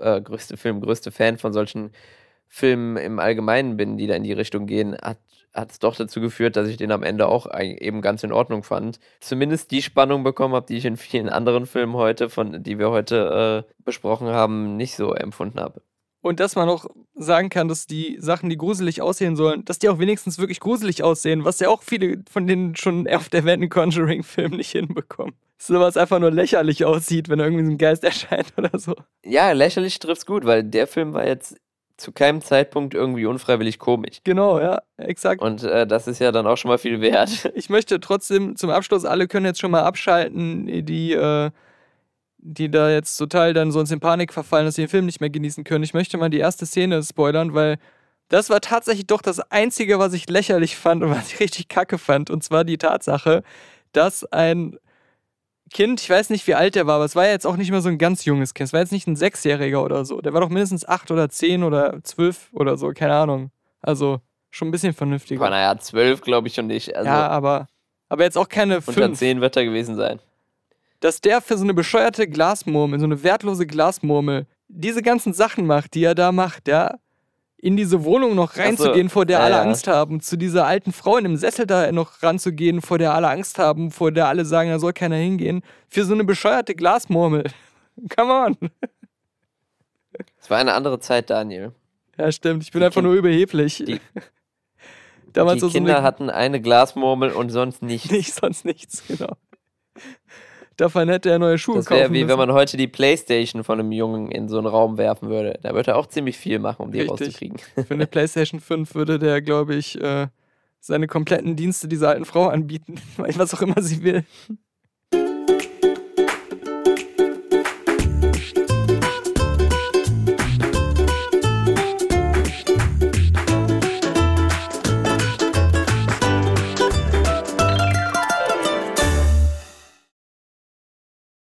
von solchen Filmen im Allgemeinen bin, die da in die Richtung gehen, hat es doch dazu geführt, dass ich den am Ende auch eben ganz in Ordnung fand. Zumindest die Spannung bekommen habe, die ich in vielen anderen Filmen heute, die wir heute besprochen haben, nicht so empfunden habe. Und dass man auch sagen kann, dass die Sachen, die gruselig aussehen sollen, dass die auch wenigstens wirklich gruselig aussehen, was ja auch viele von den schon oft erwähnten Conjuring-Filmen nicht hinbekommen. So was einfach nur lächerlich aussieht, wenn irgendwie so ein Geist erscheint oder so. Ja, lächerlich trifft's gut, weil der Film war jetzt zu keinem Zeitpunkt irgendwie unfreiwillig komisch. Genau, ja, exakt. Und das ist ja dann auch schon mal viel wert. Ich möchte trotzdem zum Abschluss, alle können jetzt schon mal abschalten, die da jetzt total dann sonst in Panik verfallen, dass sie den Film nicht mehr genießen können. Ich möchte mal die erste Szene spoilern, weil das war tatsächlich doch das Einzige, was ich lächerlich fand und was ich richtig kacke fand. Und zwar die Tatsache, dass ein Kind, ich weiß nicht, wie alt der war, aber es war ja jetzt auch nicht mehr so ein ganz junges Kind. Es war jetzt nicht ein 6-Jähriger oder so. Der war doch mindestens 8 oder 10 oder 12 oder so, keine Ahnung. Also schon ein bisschen vernünftiger. Aber naja, 12 glaube ich schon nicht. Also ja, aber jetzt auch keine 5. Unter 10 wird er gewesen sein. Dass der für so eine bescheuerte Glasmurmel, so eine wertlose Glasmurmel, diese ganzen Sachen macht, die er da macht, ja, in diese Wohnung noch reinzugehen, vor der alle Angst haben, zu dieser alten Frau in dem Sessel da noch ranzugehen, vor der alle Angst haben, vor der alle sagen, da soll keiner hingehen, für so eine bescheuerte Glasmurmel. Come on. Es war eine andere Zeit, Daniel. Ja, stimmt. Ich bin einfach nur überheblich. Damals die Kinder hatten eine Glasmurmel und sonst nichts. Sonst nichts, genau. Davon hätte er neue Schuhe Das kaufen wäre wie müssen. wenn man heute die Playstation von einem Jungen in so einen Raum werfen würde. Da würde er auch ziemlich viel machen, um die Richtig. rauszukriegen. Für eine PlayStation 5 würde der, glaube ich, seine kompletten Dienste dieser alten Frau anbieten, was auch immer sie will.